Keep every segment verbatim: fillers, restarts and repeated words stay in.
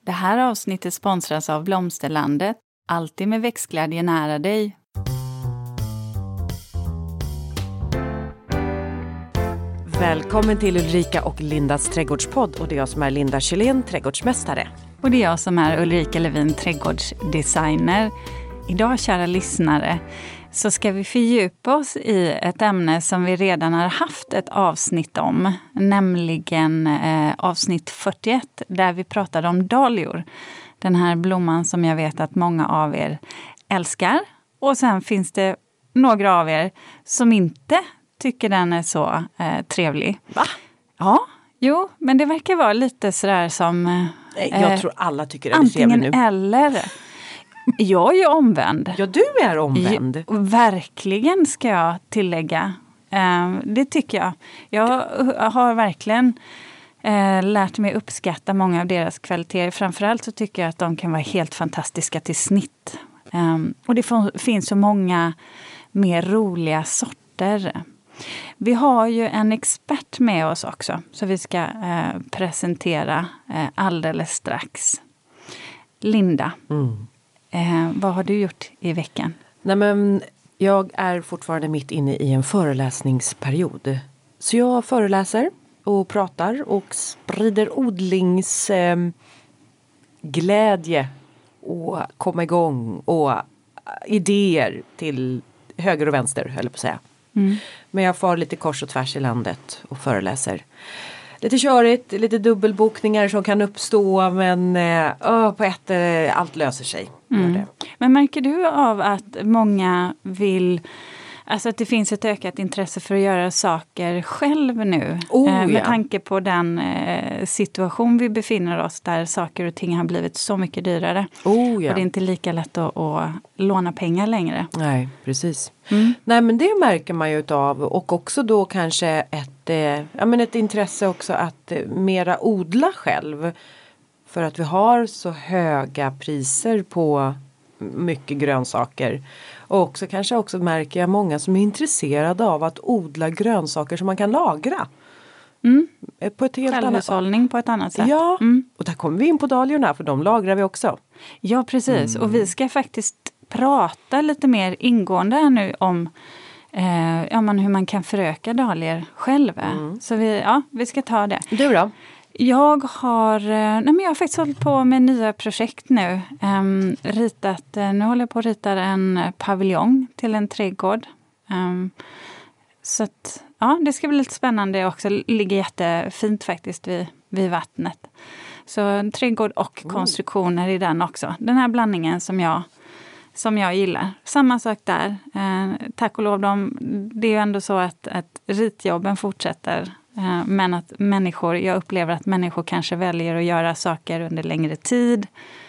Det här avsnittet sponsras av Blomsterlandet. Alltid med växtglädje nära dig. Välkommen till Ulrika och Lindas trädgårdspodd. Och det är jag som är Linda Kjellén, trädgårdsmästare. Och det är jag som är Ulrika Levin, trädgårdsdesigner. Idag, kära lyssnare, så ska vi fördjupa oss i ett ämne som vi redan har haft ett avsnitt om. Nämligen eh, avsnitt fyrtioett, där vi pratade om dahlior. Den här blomman som jag vet att många av er älskar. Och sen finns det några av er som inte tycker den är så eh, trevlig. Va? Ja, jo, men det verkar vara lite sådär som... Eh, Nej, jag tror alla tycker den är trevlig nu. Antingen eller. Jag är ju omvänd. Ja, du är omvänd. Ja, verkligen ska jag tillägga. Eh, det tycker jag. Jag har verkligen eh, lärt mig uppskatta många av deras kvaliteter. Framförallt så tycker jag att de kan vara helt fantastiska till snitt. Eh, och det f- finns så många mer roliga sorter. Vi har ju en expert med oss också, så vi ska eh, presentera eh, alldeles strax. Linda, Mm. eh, vad har du gjort i veckan? Nej, men jag är fortfarande mitt inne i en föreläsningsperiod. Så jag föreläser och pratar och sprider odlingsglädje eh, och komma igång och idéer till höger och vänster, höll jag på att säga. Mm. Men jag far lite kors och tvärs i landet och föreläser. Lite körigt, lite dubbelbokningar som kan uppstå, men äh, på ett äh, allt löser sig. Mm. Det. Men märker du av att många vill, alltså att det finns ett ökat intresse för att göra saker själv nu? Oh, eh, med ja. tanke på den eh, situation vi befinner oss där saker och ting har blivit så mycket dyrare. Oh, ja. Och det är inte lika lätt att, att låna pengar längre. Nej, precis. Mm. Nej, men det märker man ju utav, och också då kanske ett, eh, ja, men ett intresse också att eh, mera odla själv. För att vi har så höga priser på mycket grönsaker. Och också kanske också märker jag många som är intresserade av att odla grönsaker som man kan lagra. Mm. På ett helt Självhushållning annat... på ett annat sätt. Ja, mm. och där kommer vi in på dahliorna, för de lagrar vi också. Ja, precis. Mm. Och vi ska faktiskt prata lite mer ingående här nu om eh, ja, men hur man kan föröka dahlior själv. Mm. Så vi, ja, vi ska ta det. Du då? Jag har, nej men jag har faktiskt hållit på med nya projekt nu. Um, ritat, nu håller jag på att rita en paviljong till en trädgård. Um, så att, ja, det ska bli lite spännande också. Ligger jättefint faktiskt vid, vid vattnet. Så en trädgård och mm. konstruktioner i den också. Den här blandningen som jag, som jag gillar. Samma sak där. Uh, tack och lov, de, det är ju ändå så att, att ritjobben fortsätter. Men att människor, jag upplever att människor kanske väljer att göra saker under längre tid.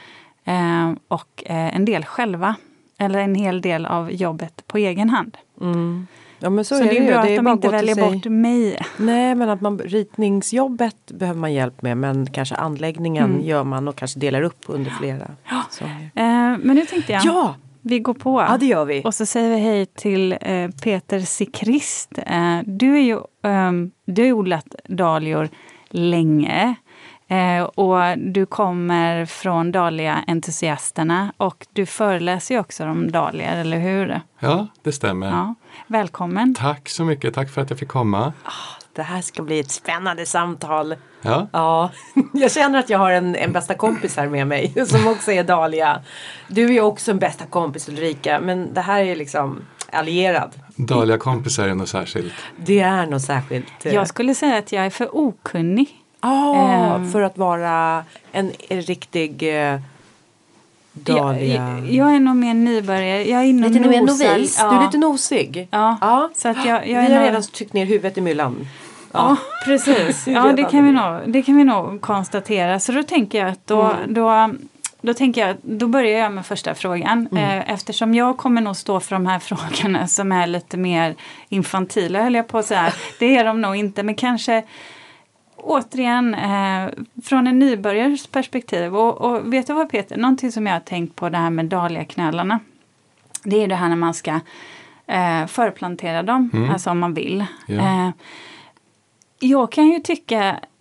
Eh, och eh, en del själva. Eller en hel del av jobbet på egen hand. Mm. Ja, men så, så är det är det bra det att är de inte väljer sig. bort mig. Nej, men att man, ritningsjobbet behöver man hjälp med. Men kanske anläggningen mm. gör man och kanske delar upp under flera. Ja. Eh, men nu tänkte jag. Ja! Vi går på. Ja, det gör vi. Och så säger vi hej till eh, Peter Sikrist. Eh, du är ju um, du har odlat dahlior länge. Eh, och du kommer från dahlia-entusiasterna. Och du föreläser ju också om dahlior, eller hur? Ja, det stämmer. Ja. Välkommen. Tack så mycket. Tack för att jag fick komma. Oh, det här ska bli ett spännande samtal. Ja. Ja, jag känner att jag har en, en bästa kompis här med mig som också är dahlia. Du är ju också en bästa kompis, Ulrika, men det här är liksom allierad. Dahlia-kompisar är något särskilt. Det är något särskilt. Jag skulle säga att jag är för okunnig. Ja, ah, um, för att vara en, en riktig eh, dahlia. Jag, jag är nog mer nybörjare. Jag är inom lite mer nosar. novis. Ja. Du är lite nosig. Ja, ja. Så att jag, jag vi är har nog... redan tryckt ner huvudet i myllan. Ja, ja precis. Ja, det kan, vi nog, det kan vi nog konstatera. Så då tänker jag att då, mm. då, då, tänker jag, då börjar jag med första frågan. Mm. Eftersom jag kommer nog stå för de här frågorna som är lite mer infantila, höll jag på att säga. Det är de nog inte, men kanske återigen eh, från en nybörjares perspektiv. Och, och vet du vad, Peter? Någonting som jag har tänkt på, det här med dahliaknölarna. Det är det här när man ska eh, förplantera dem, mm. alltså om man vill. Ja. Eh, jag kan ju tycka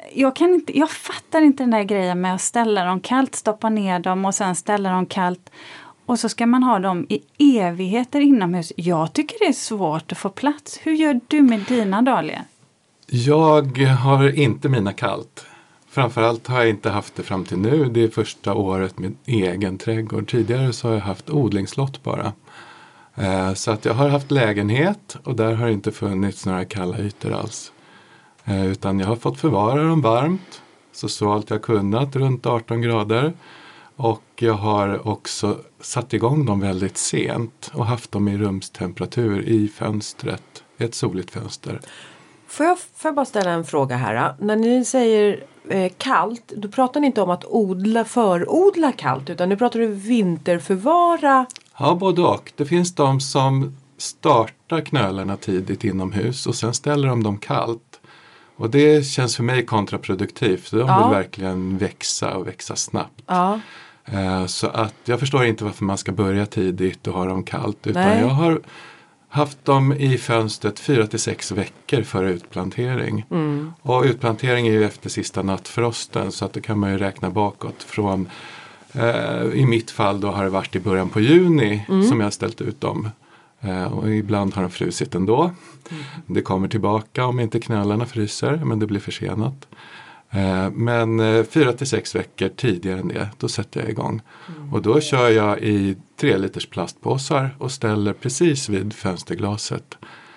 jag, kan inte, jag fattar inte den där grejen med att ställa dem kallt, stoppa ner dem och sen ställa dem kallt. Och så ska man ha dem i evigheter inomhus. Jag tycker det är svårt att få plats. Hur gör du med dina dahlior? Jag har inte mina kallt. Framförallt har jag inte haft det fram till nu. Det är första året med egen trädgård. Tidigare så har jag haft odlingslott bara. Eh, så att jag har haft lägenhet och där har det inte funnits några kalla ytor alls. Eh, utan jag har fått förvara dem varmt. Så svalt jag kunnat runt arton grader. Och jag har också satt igång dem väldigt sent och haft dem i rumstemperatur i fönstret. Ett soligt fönster. Får jag, får jag bara ställa en fråga här? När ni säger eh, kallt, då pratar ni inte om att odla, förodla kallt, utan nu pratar du vinterförvara. Ja, både och. Det finns de som startar knölarna tidigt inomhus och sen ställer de dem kallt. Och det känns för mig kontraproduktivt. De Ja. vill verkligen växa och växa snabbt. Ja. Eh, så att jag förstår inte varför man ska börja tidigt och ha dem kallt. Utan Nej. jag har haft dem i fönstret fyra till sex veckor före utplantering. Mm. Och utplantering är ju efter sista nattfrosten så att då kan man ju räkna bakåt från eh, i mitt fall då har det varit i början på juni Mm. som jag har ställt ut dem. Eh, och ibland har de frusit ändå. Mm. Det kommer tillbaka om inte knölarna fryser men det blir försenat. Eh, men eh, fyra till sex veckor tidigare än det, då sätter jag igång. Mm. Och då kör jag i tre liters plastpåsar och ställer precis vid fönsterglaset.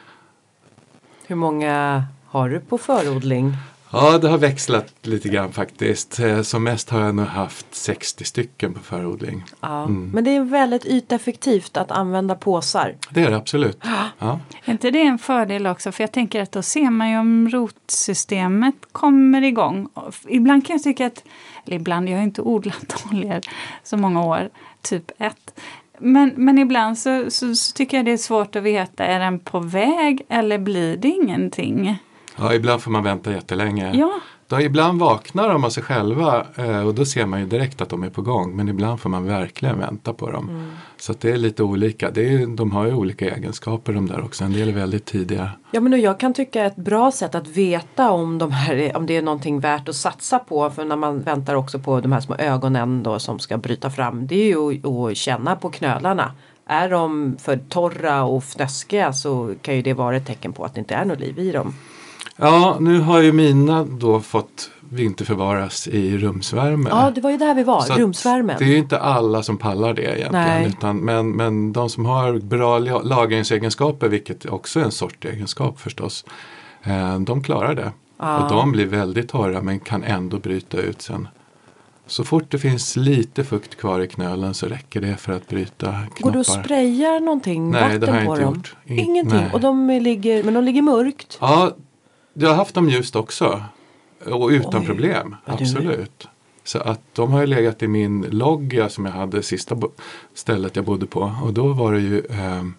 Hur många har du på förodling? Ja, det har växlat lite grann faktiskt. Eh, Som mest har jag nog haft sextio stycken på förodling. Ja. Mm. Men det är väldigt yteffektivt att använda påsar. Det är det absolut. Ja. Är inte det en fördel också? För jag tänker att då ser man ju om rotsystemet kommer igång. Och ibland kan jag tycka att, eller ibland, jag har inte odlat dahlior så många år, typ ett. Men, men ibland så, så, så tycker jag det är svårt att veta, är den på väg eller blir det ingenting? Ja, ibland får man vänta jättelänge. Ja. Då ibland vaknar de av sig själva eh, och då ser man ju direkt att de är på gång. Men ibland får man verkligen vänta på dem. Mm. Så att det är lite olika. Det är, de har ju olika egenskaper de där också. En del är väldigt tidiga. Ja, men och jag kan tycka ett bra sätt att veta om, de här, är- om det är någonting värt att satsa på. För när man väntar också på de här små ögonen då som ska bryta fram. Det är ju att, att känna på knölarna. Är de för torra och fnöskiga så kan ju det vara ett tecken på att det inte är något liv i dem. Ja, nu har ju mina då fått vinterförvaras i rumsvärme. Ja, det var ju där vi var. Så att Rumsvärmen. Det är ju inte alla som pallar det egentligen. Nej. Utan, men, men de som har bra la- lagringsegenskaper, vilket också är en sortegenskap förstås. Eh, de klarar det. Ja. Och de blir väldigt torra men kan ändå bryta ut sen. Så fort det finns lite fukt kvar i knölen så räcker det för att bryta knoppar. Går du och sprayar någonting Nej, vatten det har jag på inte dem? gjort. In- Ingenting. nej. Och de ligger, men de ligger mörkt. Ja, jag har haft dem ljust också. Och utan Oj. problem, Ja, du- absolut. Så att de har ju legat i min logga som jag hade sista bo- stället jag bodde på. Och då var det ju ehm,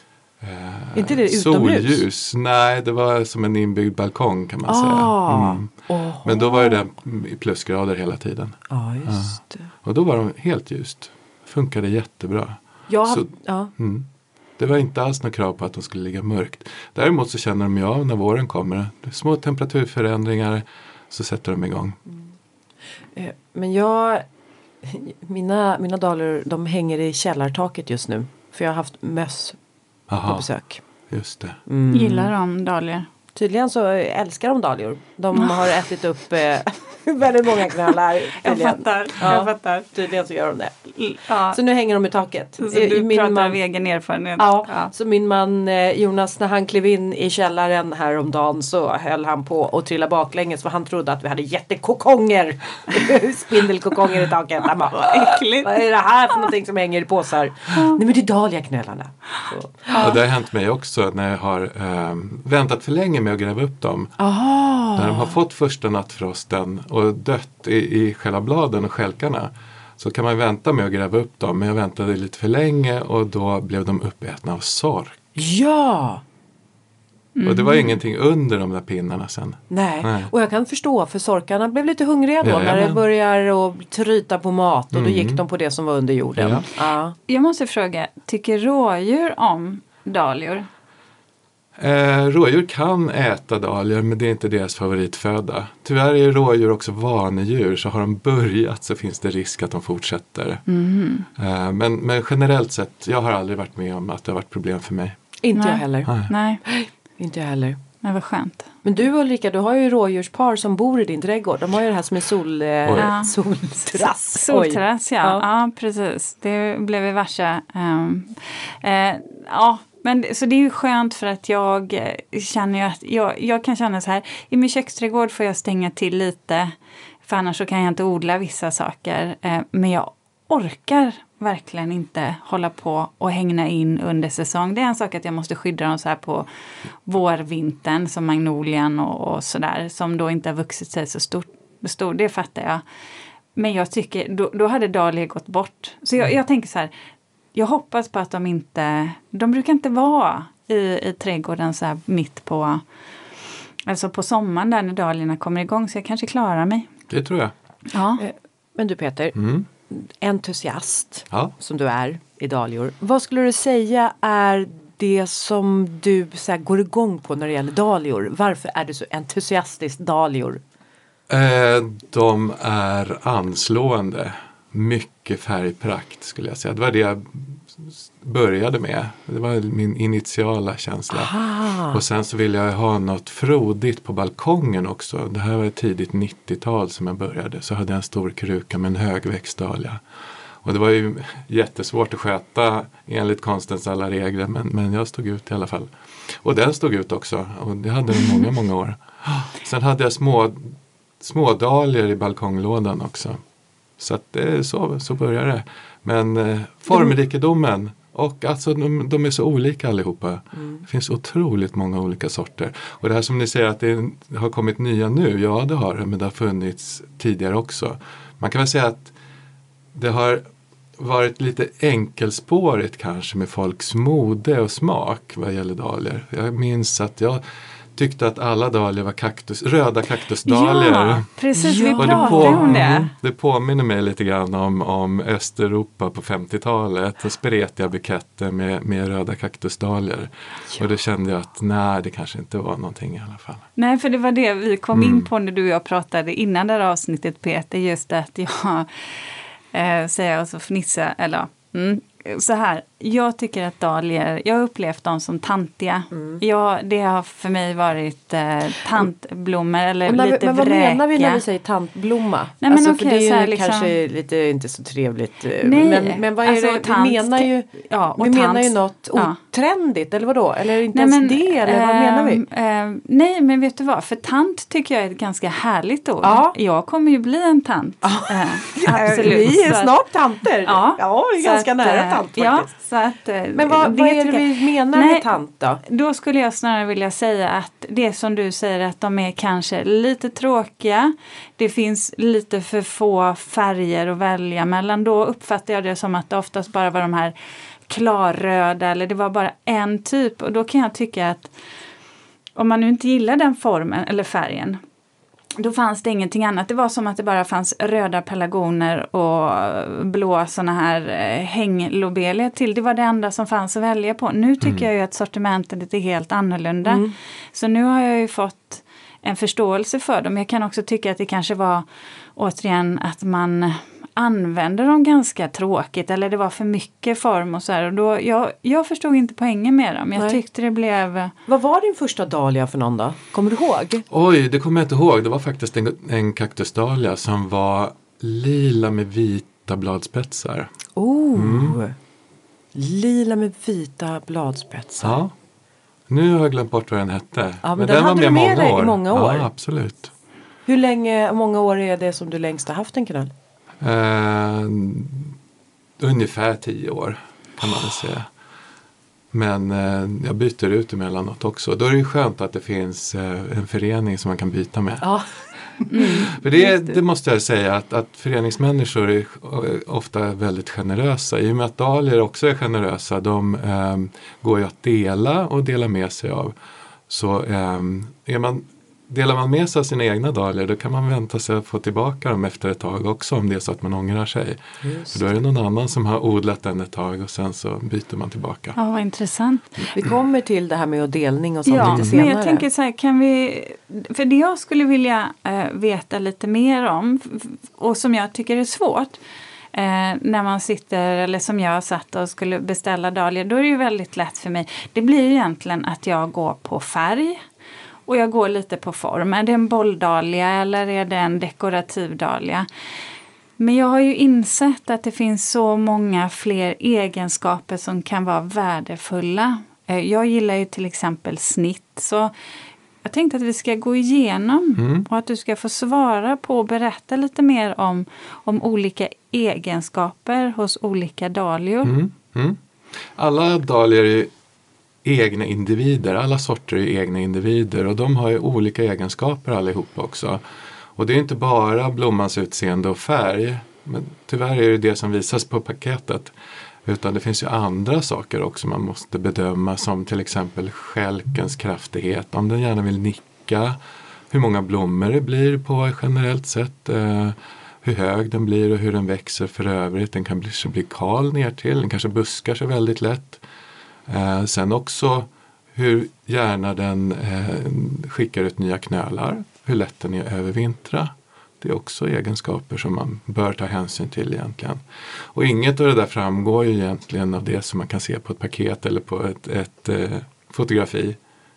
eh, Inte det utomhus? solljus. Nej, det var som en inbyggd balkong kan man Ah. säga. Mm. Åh. Men då var det i plusgrader hela tiden. Ja, just det. Och då var de helt ljust. Funkade jättebra. Jag har, Så- ja. Mm. Det var inte alls något krav på att de skulle ligga mörkt. Däremot så känner de ju av när våren kommer. Det är små temperaturförändringar så sätter de igång. Eh, Men jag, mina, mina dahlior, de hänger i källartaket just nu. För jag har haft möss på Aha, besök. just det. Mm. Gillar de dahlior? Tydligen så älskar de dahlior. De har ätit upp eh, väldigt många knölar. Jag tydligen. fattar, Ja. jag fattar. Tydligen så gör de det. Ja. Så nu hänger de i taket. Så Eh, du min pratar man- av egen erfarenhet? Ja, Ja. så min man eh, Jonas när han klev in i källaren häromdagen så höll han på att trilla baklänges för han trodde att vi hade jättekokonger. Spindelkokonger i taket. Han bara, Vad äckligt. vad är det här för någonting som hänger i påsar? Nej men det är dahliaknölarna. Så. Och det har hänt mig också när jag har ehm, väntat för länge med att gräva upp dem. Aha. När de har fått första nattfrosten och dött i, i själva bladen och skälkarna. Så kan man vänta med att gräva upp dem. Men jag väntade lite för länge och då blev de uppätna av sork. Ja! Och det var ingenting under de där pinnarna sen. Nej. Nej. och jag kan förstå för sorkarna blev lite hungriga då när det Jajamän. börjar att tryta på mat och då Mm. gick de på det som var under jorden. Ja. Ja. Jag måste fråga, tycker rådjur om dahlior? Eh, rådjur kan äta dahlior, men det är inte deras favoritföda. Tyvärr är rådjur också vanedjur, så har de börjat så finns det risk att de fortsätter. Mm. Eh, men, men generellt sett, jag har aldrig varit med om att det har varit problem för mig. Inte Nej. jag heller. Nej. Nej, Inte jag heller. det var skönt. Men du Ulrika, du har ju rådjurspar som bor i din trädgård. De har ju det här som är sol, eh, Ja. solterrass. Solterrass, ja. Ja. ja. precis. Det blev vi varse. Um, eh, ja, men så det är ju skönt för att jag eh, känner ju att jag, jag kan känna så här. I min köksträdgård får jag stänga till lite. För annars så kan jag inte odla vissa saker. Eh, men jag orkar verkligen inte hålla på och hängna in under säsong. Det är en sak att jag måste skydda dem så här på vårvintern som magnolian och, och sådär. Som då inte har vuxit sig så stort. Stor, det fattar jag. Men jag tycker, då, då hade dahlior gått bort. Så jag, jag tänker så här, jag hoppas på att de inte, de brukar inte vara i, i trädgården så här mitt på, alltså på sommaren där när dahliorna kommer igång. Så jag kanske klarar mig. Det tror jag. Ja. Men du Peter, Mm. entusiast Ja. som du är i dahlior. Vad skulle du säga är det som du så här, går igång på när det gäller dahlior? Varför är du så entusiastisk dahlior? Eh, de är anslående. Mycket färgprakt skulle jag säga. Det var det jag började med. Det var min initiala känsla. Aha. Och sen så ville jag ha något frodigt på balkongen också. Det här var tidigt nittiotal som jag började. Så hade jag en stor kruka med en högväxt dahlia. Och det var ju jättesvårt att sköta enligt konstens alla regler. Men, men jag stod ut i alla fall. Och den stod ut också. Och det hade den många, många år. Sen hade jag små, små dahlior i balkonglådan också. Så att det är så, så börjar det. Men eh, formrikedomen och alltså de, de är så olika allihopa. Mm. Det finns otroligt många olika sorter. Och det här som ni säger att det har kommit nya nu, ja det har det, men det har funnits tidigare också. Man kan väl säga att det har varit lite enkelspårigt kanske med folks mode och smak vad gäller dahlior. Jag minns att jag tyckte att alla dahlior var kaktus, röda kaktusdahlior. Ja, precis. Ja. Vi Och det pratade på- om det. Mm, det påminner mig lite grann om, om Östeuropa på femtiotalet. Och spretiga buketter med, med röda kaktusdahlior. Ja. Och då kände jag att nej, det kanske inte var någonting i alla fall. Nej, för det var det vi kom Mm. in på när du och jag pratade innan det här avsnittet, Peter. Just att jag eh, säger och så fnissa, eller mm, så här. Jag tycker att dahlior, jag har upplevt dem som tantiga. Mm. Jag, det har för mig varit eh, tantblommor eller Och när vi, lite men vad vräkiga. menar vi när vi säger tantblomma? men alltså, okej, för det är så här ju liksom- kanske lite inte så trevligt. eh, Nej, men, men vad är alltså, det? tant- Vi menar ju, ja, och vi menar tant- ju något ja. otrendigt, eller vadå? Eller inte Nej, ens men, det, eller vad menar vi? ehm, eh, nej, men vet du vad? För tant tycker jag är ett ganska härligt ord. Ja. Jag kommer ju bli en tant. Eh, absolut. Vi är Så att- snart tanter. Ja, ja vi är så ganska att, nära eh, tant faktiskt. Ja, så att, eh, Men vad, vad är det tycker jag- vi menar Nej, med tant då? Då skulle jag snarare vilja säga att det som du säger att de är kanske lite tråkiga. Det finns lite för få färger att välja mellan. Då uppfattar jag det som att det oftast bara var de här klarröda eller det var bara en typ. Och då kan jag tycka att om man nu inte gillar den formen eller färgen, då fanns det ingenting annat. Det var som att det bara fanns röda pelargoner och blå såna här eh, hänglobelier till. Det var det enda som fanns att välja på. Nu tycker Mm. jag ju att sortimentet är helt annorlunda. Mm. Så nu har jag ju fått en förståelse för dem. Jag kan också tycka att det kanske var återigen att man använder dem ganska tråkigt. Eller det var för mycket form och så här. Och då, jag, jag förstod inte poängen med dem. Jag Nej. tyckte det blev... Vad var din första dahlia för någon då? Kommer du ihåg? Oj, det kommer jag inte ihåg. Det var faktiskt en, en kaktusdahlia som var lila med vita bladspetsar. Oh, Mm. lila med vita bladspetsar. Ja. Nu har jag glömt bort vad den hette. Ja, men den hade du med dig i många år. Ja, absolut. Hur länge, många år är det som du längst har haft en kanal? Eh, ungefär tio år kan man väl säga. Men eh, jag byter ut emellanåt också. Då är det ju skönt att det finns eh, en förening som man kan byta med. Ja. För det, det måste jag säga att, att föreningsmänniskor är ofta väldigt generösa. I och med att dahlior också är generösa. De eh, går ju att dela och dela med sig av. Så eh, är man delar man med sig av sina egna dahlior, då kan man vänta sig att få tillbaka dem efter ett tag också, om det är så att man ångrar sig. För då är det någon annan som har odlat den ett tag och sen så byter man tillbaka. Ja, vad intressant. Vi kommer till det här med att delning och sånt ja, lite senare. Men jag tänker så här, kan vi, för det jag skulle vilja äh, veta lite mer om och som jag tycker är svårt äh, när man sitter, eller som jag satt och skulle beställa dahlior, då är det ju väldigt lätt för mig. Det blir egentligen att jag går på färg. Och jag går lite på form. Är det en bolldahlia eller är det en dekorativ dahlia? Men jag har ju insett att det finns så många fler egenskaper som kan vara värdefulla. Jag gillar ju till exempel snitt. Så jag tänkte att vi ska gå igenom mm. och att du ska få svara på och berätta lite mer om, om olika egenskaper hos olika dahlior. Mm. Mm. Alla dahlior är egna individer, alla sorter är egna individer och de har ju olika egenskaper allihopa också. Och det är inte bara blommans utseende och färg, men tyvärr är det det som visas på paketet. Utan det finns ju andra saker också man måste bedöma, som till exempel stjälkens kraftighet, om den gärna vill nicka, hur många blommor det blir på generellt sett, eh, hur hög den blir och hur den växer för övrigt. Den kan bli, bli kal ner till, den kanske buskar sig väldigt lätt. Eh, sen också hur gärna den eh, skickar ut nya knölar, hur lätt den är övervintra. Det är också egenskaper som man bör ta hänsyn till egentligen. Och inget av det där framgår ju egentligen av det som man kan se på ett paket eller på ett, ett eh, fotografi.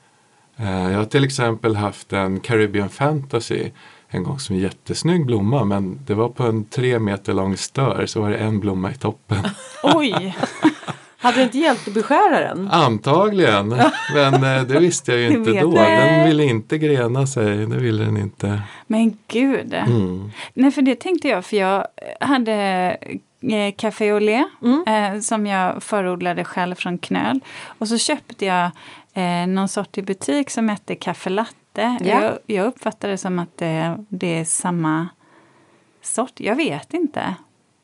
Eh, jag har till exempel haft en Caribbean Fantasy en gång som är jättesnygg blomma, men det var på en tre meter lång stör så var det en blomma i toppen. Oj! Hade det inte hjälpt att beskära den? Antagligen, men eh, det visste jag ju inte då. Den ville inte grena sig, det ville den inte. Men gud. Mm. Nej, för det tänkte jag, för jag hade eh, Café au lait mm. eh, som jag förodlade själv från knöl. Och så köpte jag eh, någon sort i butik som hette Café latte. Ja. Jag, jag uppfattade det som att det, det är samma sort. Jag vet inte.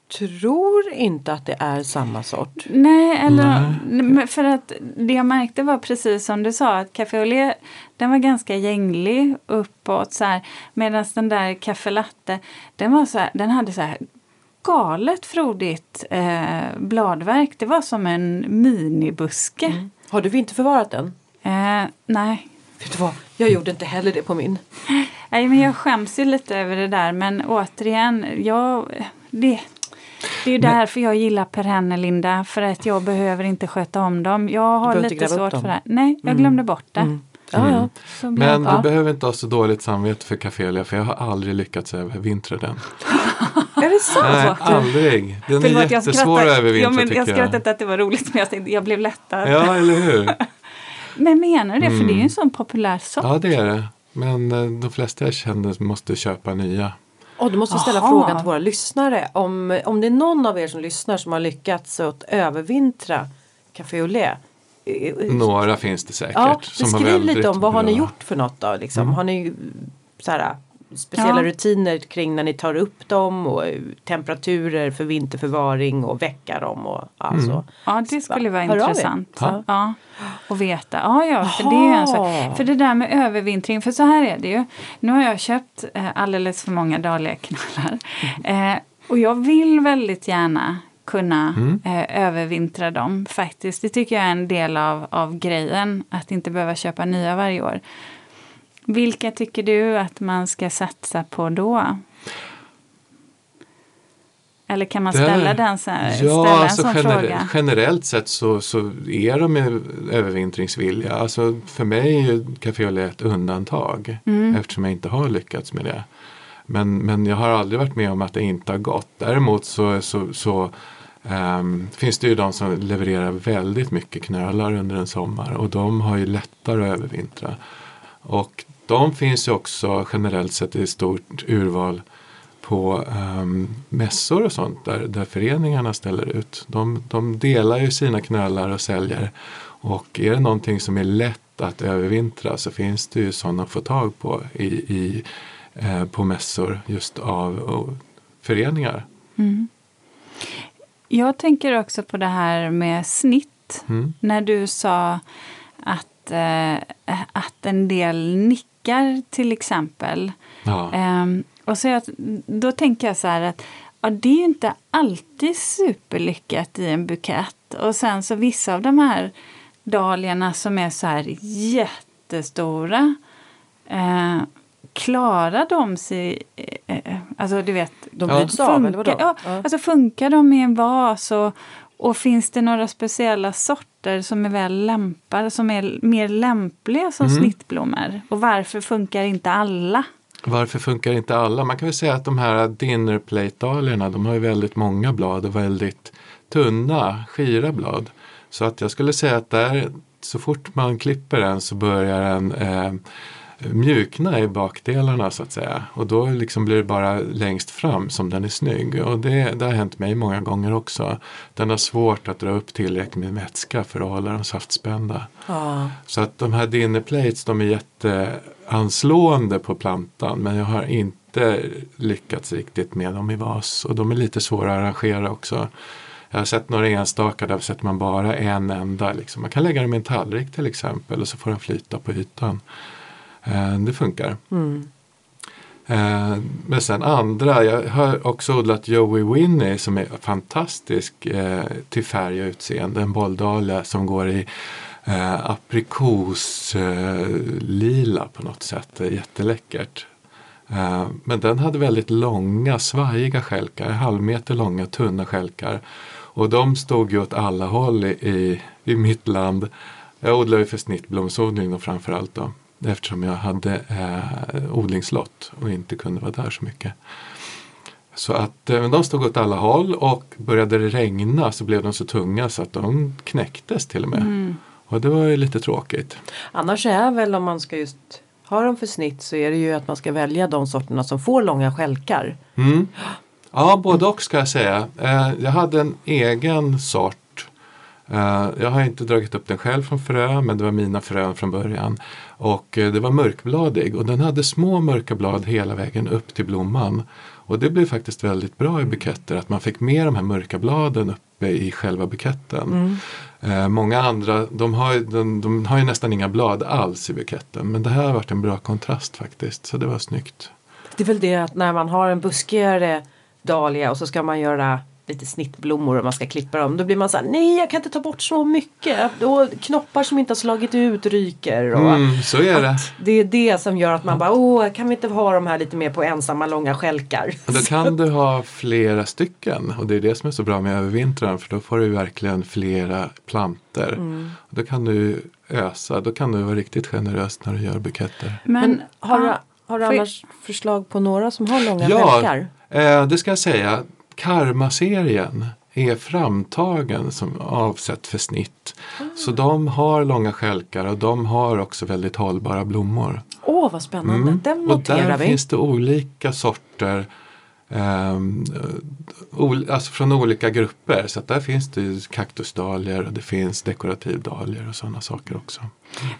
Tror inte att det är samma sort. Nej, eller Nej. För att det jag märkte var precis som du sa, att Café au lait, den var ganska gänglig uppåt så här, medan den där Café latte, den var så här, den hade så här galet frodigt eh, bladverk. Det var som en minibuske. Mm. Har du vinterförvarat den? Eh, nej. Vet du vad? Jag gjorde inte heller det på min. Nej, men jag skäms ju lite över det där, men återigen, jag det Det är ju därför jag gillar perenner, Linda. För att jag behöver inte sköta om dem. Jag har lite svårt för det. Nej, jag glömde mm. bort det. Mm. Ja, ja. Så men du ja. behöver inte ha så dåligt samvete för Café au lait, för jag har aldrig lyckats övervintra den. Är det så? Nej, aldrig. Den Förlåt, är jättesvår att övervintra, ja, men tycker jag. Jag skrattade att det var roligt, men jag tänkte jag blev lättad. Ja, eller hur? Men menar du det? Mm. För det är ju en sån populär sort. Ja, det är det. Men de flesta jag känner måste köpa nya. Och du måste ställa Aha. frågan till våra lyssnare. Om, om det är någon av er som lyssnar som har lyckats att övervintra Café au lait. Några finns det säkert. Ja, som skriv har lite om vad har ni gjort för något då? Liksom? Mm. Har ni så här, speciella ja. rutiner kring när ni tar upp dem och temperaturer för vinterförvaring och väcka dem och alltså. Mm. Ja, det skulle vara intressant. Ja. Ja. Och veta. Ja, ja, för det är alltså, för det där med övervintring, för så här är det ju. Nu har jag köpt eh, alldeles för många dahliaknölar. Mm. Eh, och jag vill väldigt gärna kunna mm. eh, övervintra dem faktiskt. Det tycker jag är en del av, av grejen, att inte behöva köpa nya varje år. Vilka tycker du att man ska satsa på då? Eller kan man ställa Där, den så här, ja, ställa en alltså sån gener- fråga? Generellt sett så, så är de övervintringsvilliga. Alltså för mig är ju Café au lait ett undantag. Mm. Eftersom jag inte har lyckats med det. Men, men jag har aldrig varit med om att det inte har gått. Däremot så, så, så um, finns det ju de som levererar väldigt mycket knölar under en sommar. Och de har ju lättare att övervintra. Och de finns ju också generellt sett i stort urval på um, mässor och sånt där, där föreningarna ställer ut. De, de delar ju sina knölar och säljer. Och är det någonting som är lätt att övervintra så finns det ju sådana att få tag på i, i, eh, på mässor just av och, föreningar. Mm. Jag tänker också på det här med snitt. Mm. När du sa att, eh, att en del nick blickar till exempel. Ja. Um, och så jag, då tänker jag så här att ja, det är ju inte alltid superlyckat i en bukett. Och sen så vissa av de här dahliorna som är så här jättestora, eh, klarar de sig, eh, alltså du vet, de bryts av, eller vadå? Ja, ja. Alltså funkar de i en vas och, och finns det några speciella sorter som är väl lämpade, som är mer lämpliga som mm. snittblommor? Och varför funkar inte alla? Varför funkar inte alla? Man kan väl säga att de här dinnerplate-dahliorna, de har ju väldigt många blad och väldigt tunna, skira blad. Så att jag skulle säga att där, så fort man klipper den så börjar den eh, mjukna i bakdelarna så att säga. Och då liksom blir det bara längst fram som den är snygg. Och det, det har hänt mig många gånger också. Den har svårt att dra upp tillräckligt med vätska för att hålla dem saftspända. Ah. Så att de här dinnerplates, de är jätteanslående på plantan. Men jag har inte lyckats riktigt med dem i vas. Och de är lite svåra att arrangera också. Jag har sett några enstaka där sätter man bara en enda. Liksom. Man kan lägga dem i en tallrik till exempel och så får den flyta på ytan. Eh, det funkar. Mm. Eh, men sen andra, jag har också odlat Joey Winnie som är fantastisk eh, till färg och utseende. En bolldahlia som går i eh, aprikos eh, lila på något sätt. Jätteläckert. Eh, men den hade väldigt långa, svajiga skälkar. Halvmeter långa, tunna skälkar. Och de stod ju åt alla håll i, i, i mitt land. Jag odlade för snittblomsodling och framförallt då. Eftersom jag hade eh, odlingslott och inte kunde vara där så mycket. Så att eh, de stod åt alla håll och började det regna så blev de så tunga så att de knäcktes till och med. Mm. Och det var ju lite tråkigt. Annars är väl om man ska just ha dem för snitt så är det ju att man ska välja de sorterna som får långa skälkar. Mm. Ja, både och ska jag säga. Eh, jag hade en egen sort. Uh, jag har inte dragit upp den själv från frö, men det var mina frön från början. Och uh, det var mörkbladig och den hade små mörka blad hela vägen upp till blomman. Och det blev faktiskt väldigt bra i buketter att man fick med de här mörka bladen uppe i själva buketten. Mm. Uh, många andra, de har, ju, de, de har ju nästan inga blad alls i buketten. Men det här har varit en bra kontrast faktiskt, så det var snyggt. Det är väl det att när man har en buskigare dahlia och så ska man göra lite snittblommor och man ska klippa dem. Då blir man så här, nej jag kan inte ta bort så mycket. Då knoppar som inte har slagit ut ryker. Och mm, så är det. Det är det som gör att man bara, åh kan vi inte ha de här lite mer på ensamma långa skälkar. Och då kan du ha flera stycken. Och det är det som är så bra med övervintran. För då får du verkligen flera planter. Mm. Och då kan du ösa. Då kan du vara riktigt generös när du gör buketter. Men, Men har, du, har du annars förslag på några som har långa ja, skälkar? Ja, eh, det ska jag säga. Karma-serien är framtagen som avsett för snitt. Mm. Så de har långa skälkar och de har också väldigt hållbara blommor. Åh, oh, vad spännande. Mm. Den noterar och där vi. finns det olika sorter um, ol- alltså från olika grupper. Så att där finns det kaktusdahlior och det finns dekorativdahlior och sådana saker också. Mm.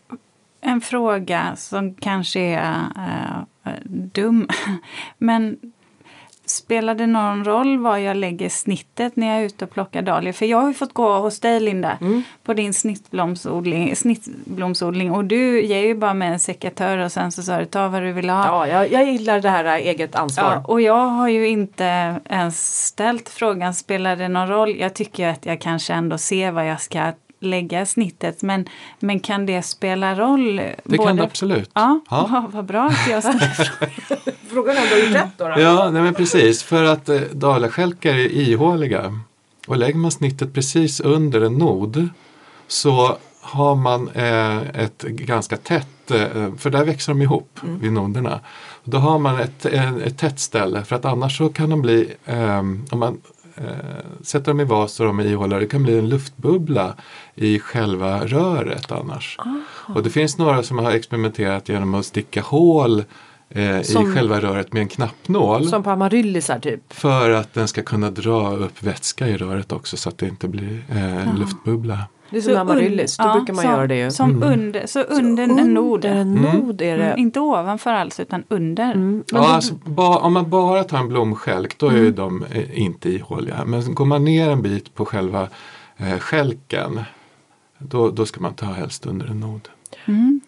En fråga som kanske är uh, dum, men spelar det någon roll var jag lägger snittet när jag är ute och plockar dahlior? För jag har ju fått gå hos dig, Linda, mm. på din snittblomsodling, snittblomsodling. Och du ger ju bara med en sekatör och sen så sa du, ta vad du vill ha. Ja, jag, jag gillar det här eget ansvar. Ja, och jag har ju inte ens ställt frågan, spelar det någon roll? Jag tycker att jag kanske ändå ser vad jag ska lägga snittet. Men, men kan det spela roll? Det både... kan det absolut. Ja, ja. Oh, vad bra att jag ställer frågan. Är ändå ju rätt då. då. Ja, nej men precis. För att eh, dahliaskälkar är ihåliga. Och lägger man snittet precis under en nod så har man eh, ett ganska tätt, eh, för där växer de ihop mm. vid noderna. Då har man ett, ett, ett tätt ställe för att annars så kan de bli, eh, om man Eh, sätter dem i vas och de är ihållare, det kan bli en luftbubbla i själva röret annars. Aha. Och det finns några som har experimenterat genom att sticka hål eh, som, i själva röret med en knappnål. Som på amaryllisar typ. För att den ska kunna dra upp vätska i röret också så att det inte blir eh, en luftbubbla. Det är som amaryllis, då ja, brukar man som, göra det ju. Som mm. under, så under så en nod. En nod är det. Mm, inte ovanför alls utan under. Mm. Ja, det, alltså, ba, om man bara tar en blomskälk då är mm. de eh, inte ihåliga. Men går man ner en bit på själva eh, skälken då, då ska man ta helst under en nod. Mm.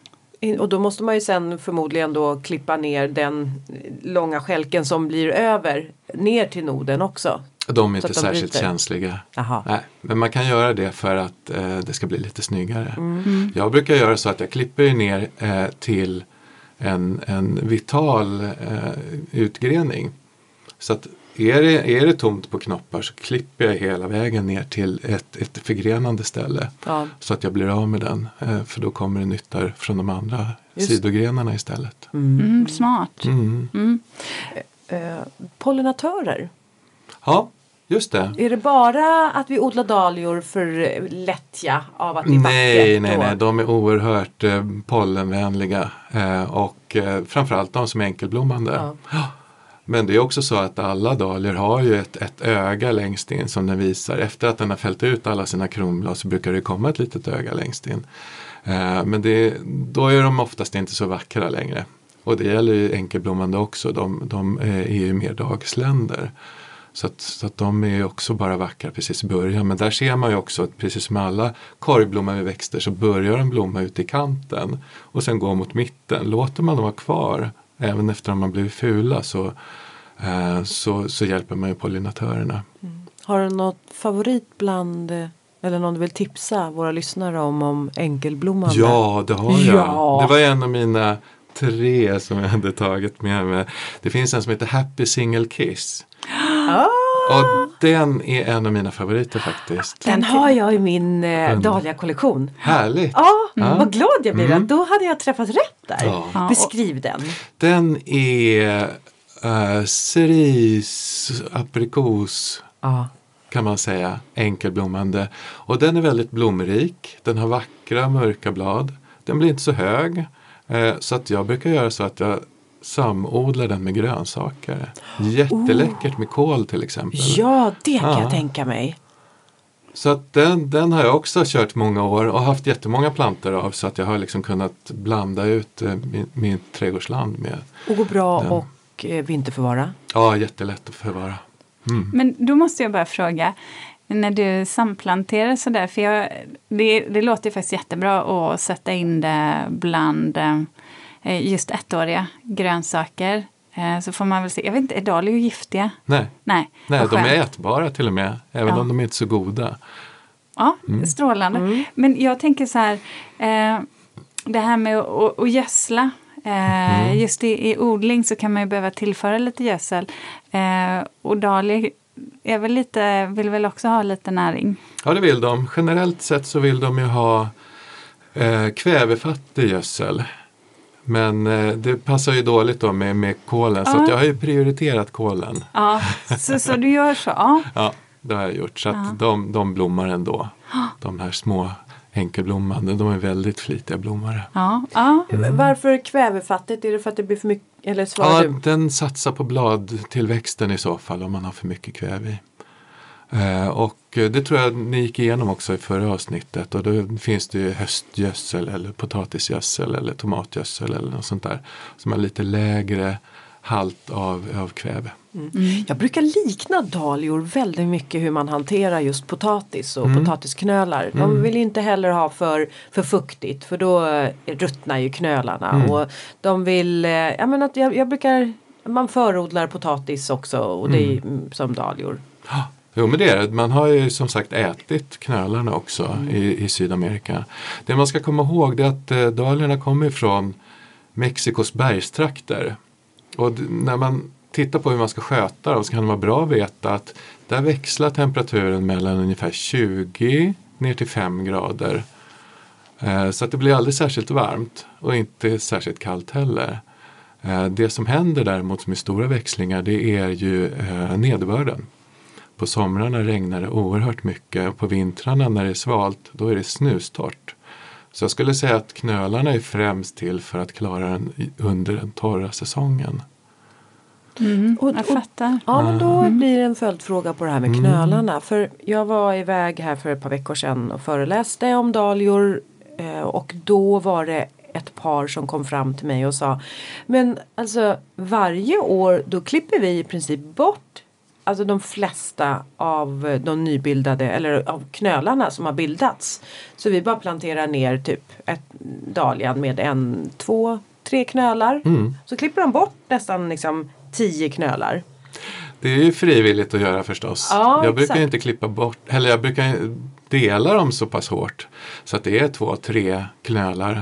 Och då måste man ju sen förmodligen då klippa ner den långa skälken som blir över ner till noden också. De är inte de särskilt bryter. känsliga. Aha. Nej, men man kan göra det för att eh, det ska bli lite snyggare. Mm. Jag brukar göra så att jag klipper ner eh, till en, en vital eh, utgrening. Så att är det, är det tomt på knoppar så klipper jag hela vägen ner till ett, ett förgrenande ställe. Ja. Så att jag blir av med den. Eh, för då kommer det nyttar från de andra Just. sidogrenarna istället. Mm. Mm, smart. Mm. Mm. Eh, pollinatörer. Ja, just det. Är det bara att vi odlar dahlior för lättja av att det är Nej, vackert? nej, då? nej. De är oerhört eh, pollenvänliga. Eh, och eh, framförallt de som är enkelblommande. Ja. Men det är också så att alla dahlior har ju ett, ett öga längst in som den visar. Efter att den har fällt ut alla sina kronblad så brukar det komma ett litet öga längst in. Eh, men det, då är de oftast inte så vackra längre. Och det gäller ju enkelblommande också. De, de är ju mer dagsländer. Så att, så att de är ju också bara vackra precis i början. Men där ser man ju också att precis som alla korgblommande växter så börjar de blomma ut i kanten. Och sen går mot mitten. Låter man dem vara kvar även efter att de har blivit fula så, eh, så, så hjälper man ju pollinatörerna. Mm. Har du något favorit bland, eller någon du vill tipsa våra lyssnare om, om enkelblommande? Ja, det har jag. Ja. Det var en av mina tre som jag hade tagit med mig. Det finns en som heter Happy Single Kiss. Ah. Och den är en av mina favoriter faktiskt. Den har jag i min eh, dahlia-kollektion. Härligt. Ja, Ja. vad glad jag blir. Mm. Då hade jag träffat rätt där. Ja. Ja, och- Beskriv den. Den är uh, cerise, aprikos Ja. kan man säga, enkelblommande. Och den är väldigt blomrik. Den har vackra mörka blad. Den blir inte så hög. Eh, så att jag brukar göra så att jag samodlar den med grönsaker. Jätteläckert med kål till exempel. Ja, det kan Ja. jag tänka mig. Så att den, den har jag också kört många år och haft jättemånga plantor av så att jag har liksom kunnat blanda ut eh, min, min trädgårdsland med. Och går bra Den. och eh, vinterförvara. Ja, jättelätt att förvara. Mm. Men då måste jag bara fråga, när du samplanterar sådär, för jag, det, det låter ju faktiskt jättebra att sätta in det bland eh, just ettåriga grönsaker. Eh, så får man väl se, jag vet inte, är dahlior giftiga? Nej, Nej, Nej vad de är skönt. ätbara till och med, även Ja. om de är inte så goda. Ja, strålande. Mm. Men jag tänker så här, eh, det här med att, att, att gödsla. Eh, Mm. Just i, i odling så kan man ju behöva tillföra lite gödsel. Eh, och dahlior är väl lite, vill väl också ha lite näring. Ja, det vill de. Generellt sett så vill de ju ha eh, kvävefattig gödsel. Men eh, det passar ju dåligt då med, med kolen. Så Ja. att jag har ju prioriterat kolen. Ja, så, så du gör så. Ja. Ja, det har jag gjort. Så att Ja. de, de blommar ändå. De här små enkelblommande, de är väldigt flitiga blommare. Ja, ja. Varför kvävefattigt? Är det för att det blir för mycket? Eller svarar Ja, du? den satsar på bladtillväxten i så fall om man har för mycket kväve i. Eh, och eh, det tror jag ni gick igenom också i förra avsnittet. Och då finns det ju höstgödsel eller potatisgödsel eller tomatgödsel eller något sånt där. Som har lite lägre halt av, av kväve. Mm. Jag brukar likna dahlior väldigt mycket hur man hanterar just potatis och Mm. potatisknölar. De Mm. vill inte heller ha för, för fuktigt för då eh, ruttnar ju knölarna. Mm. Och de vill, eh, jag menar att jag, jag brukar, man förodlar potatis också och det är mm, som dahlior. Ja, jo men det är det. Man har ju som sagt ätit knölarna också Mm. i, i Sydamerika. Det man ska komma ihåg är att eh, dahliorna kommer från Mexikos bergstrakter. Och d- när man tittar på hur man ska sköta dem så kan det vara bra att veta att där växlar temperaturen mellan ungefär tjugo ner till fem grader. Eh, så att det blir aldrig särskilt varmt och inte särskilt kallt heller. Eh, det som händer däremot med stora växlingar det är ju eh, nederbörden. På somrarna regnar det oerhört mycket och på vintrarna när det är svalt då är det snustort. Så jag skulle säga att knölarna är främst till för att klara den i- under den torra säsongen. Mm, Och- jag och- fattar. Ja men då Mm. blir det en följdfråga på det här med Mm. knölarna. För jag var iväg här för ett par veckor sedan och föreläste om dahlior. Eh, och då var det ett par som kom fram till mig och sa men alltså varje år då klipper vi i princip bort alltså de flesta av de nybildade eller av knölarna som har bildats. Så vi bara planterar ner typ ett dahlian med en, två, tre knölar. Mm. Så klipper de bort nästan liksom tio knölar. Det är ju frivilligt att göra förstås. Ja, jag brukar exakt. inte klippa bort, eller jag brukar dela dem så pass hårt. Så att det är två, tre knölar.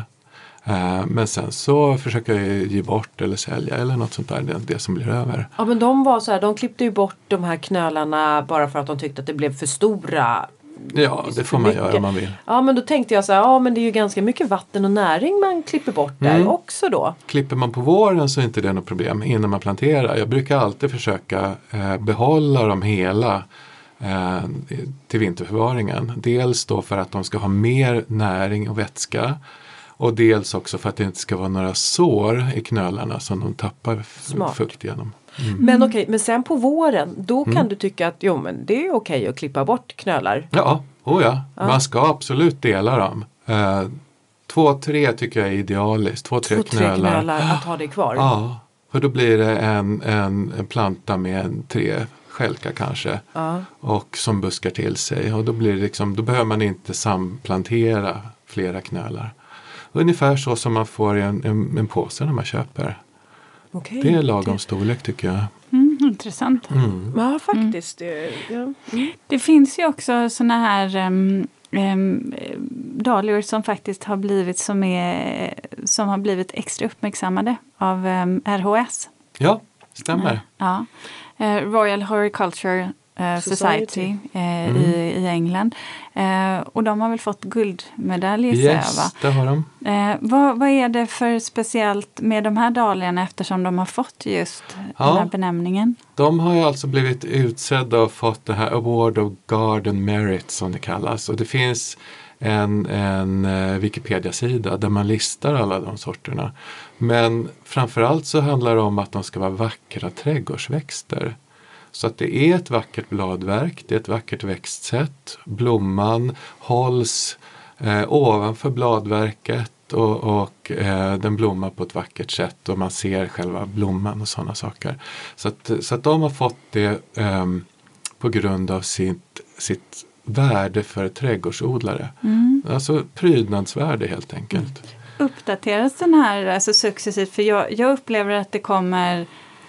Uh, men sen så försöker jag ge bort eller sälja eller något sånt där, det, det som blir över. Ja, men de var så här, de klippte ju bort de här knölarna bara för att de tyckte att det blev för stora. Ja, det får man mycket. göra om man vill. Ja, men då tänkte jag så här, ja men det är ju ganska mycket vatten och näring man klipper bort där Mm. också då. Klipper man på våren så är inte det något problem innan man planterar. Jag brukar alltid försöka eh, behålla dem hela eh, till vinterförvaringen. Dels då för att de ska ha mer näring och vätska. Och dels också för att det inte ska vara några sår i knölarna som de tappar f- Smart. fukt genom. Mm. Men okej, men sen på våren då kan Mm. du tycka att jo men det är okej att klippa bort knölar. Ja, oh ja. Ja. Man ska absolut dela dem. Eh, två, tre tycker jag är idealiskt. Två, tre Två, tre knölar. knölar att ha det kvar. Ja, för då blir det en, en, en planta med en tre stjälkar kanske. Ja. Och som buskar till sig. Och då, blir det liksom, då behöver man inte samplantera flera knölar. Ungefär så som man får en, en, en påse när man köper. Okej. Det är lagom storlek tycker jag. Mm, intressant. Mm. Ja, faktiskt. Det, ja. Mm. Det finns ju också såna här um, um, dahlior som faktiskt har blivit som, är, som har blivit extra uppmärksammade av um, R H S. Ja, stämmer. Ja. Eh, Royal Horticulture eh, Society, Society. eh, Mm. i, i England. Eh, och de har väl fått guldmedalj i Yes, va? det har de. Eh, vad, vad är det för speciellt med de här dahliorna eftersom de har fått just Ja. den här benämningen? De har ju alltså blivit utsedda och fått det här Award of Garden Merit som det kallas. Och det finns en, en eh, Wikipedia-sida där man listar alla de sorterna. Men framförallt så handlar det om att de ska vara vackra trädgårdsväxter. Så att det är ett vackert bladverk, det är ett vackert växtsätt. Blomman hålls eh, ovanför bladverket och, och eh, den blommar på ett vackert sätt och man ser själva blomman och sådana saker. Så att, så att de har fått det eh, på grund av sitt, sitt värde för trädgårdsodlare. Mm. Alltså prydnadsvärde helt enkelt. Uppdateras den här alltså successivt? För jag, jag upplever att det kommer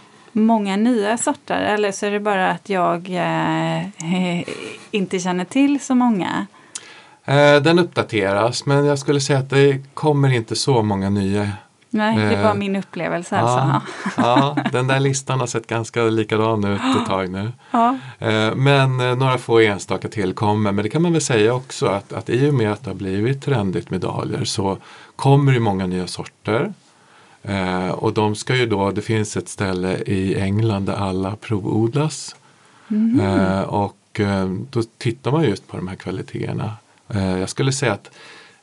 många nya sorter. Eller så är det bara att jag eh, inte känner till så många. Eh, den uppdateras men jag skulle säga att det kommer inte så många nya. Nej, det är Eh, bara min upplevelse. Ja, Alltså. ja, den där listan har sett ganska likadan ut ett tag nu. Ja. Eh, Men eh, några få enstaka tillkommer. Men det kan man väl säga också att, att i och med att det har blivit trendigt med dahlior så kommer det många nya sorter. Eh, och de ska ju då, det finns ett ställe i England där alla provodlas. Mm. Eh, och eh, då tittar man just på de här kvaliteterna. Eh, jag skulle säga att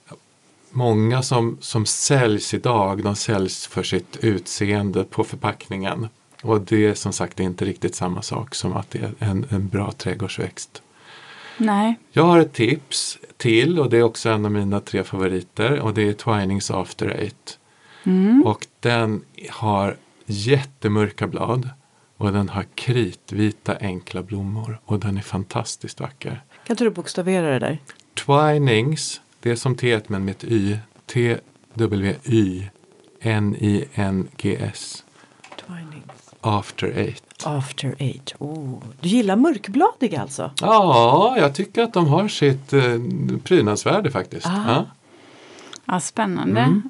många som, som säljs idag, de säljs för sitt utseende på förpackningen. Och det är som sagt inte riktigt samma sak som att det är en, en bra trädgårdsväxt. Nej. Jag har ett tips till och det är också en av mina tre favoriter och det är Twinings After Eight. Mm. Och den har jättemörka blad och den har kritvita enkla blommor och den är fantastiskt vacker. Kan inte du bokstavera det där? Twinings, det är som T men med ett Y. T W Y N I N G S. Twinings. After Eight. After eight. Oh. Du gillar mörkbladig alltså? Ja, jag tycker att de har sitt eh, prydnadsvärde faktiskt. Ah. Ja. Ja, spännande. Mm.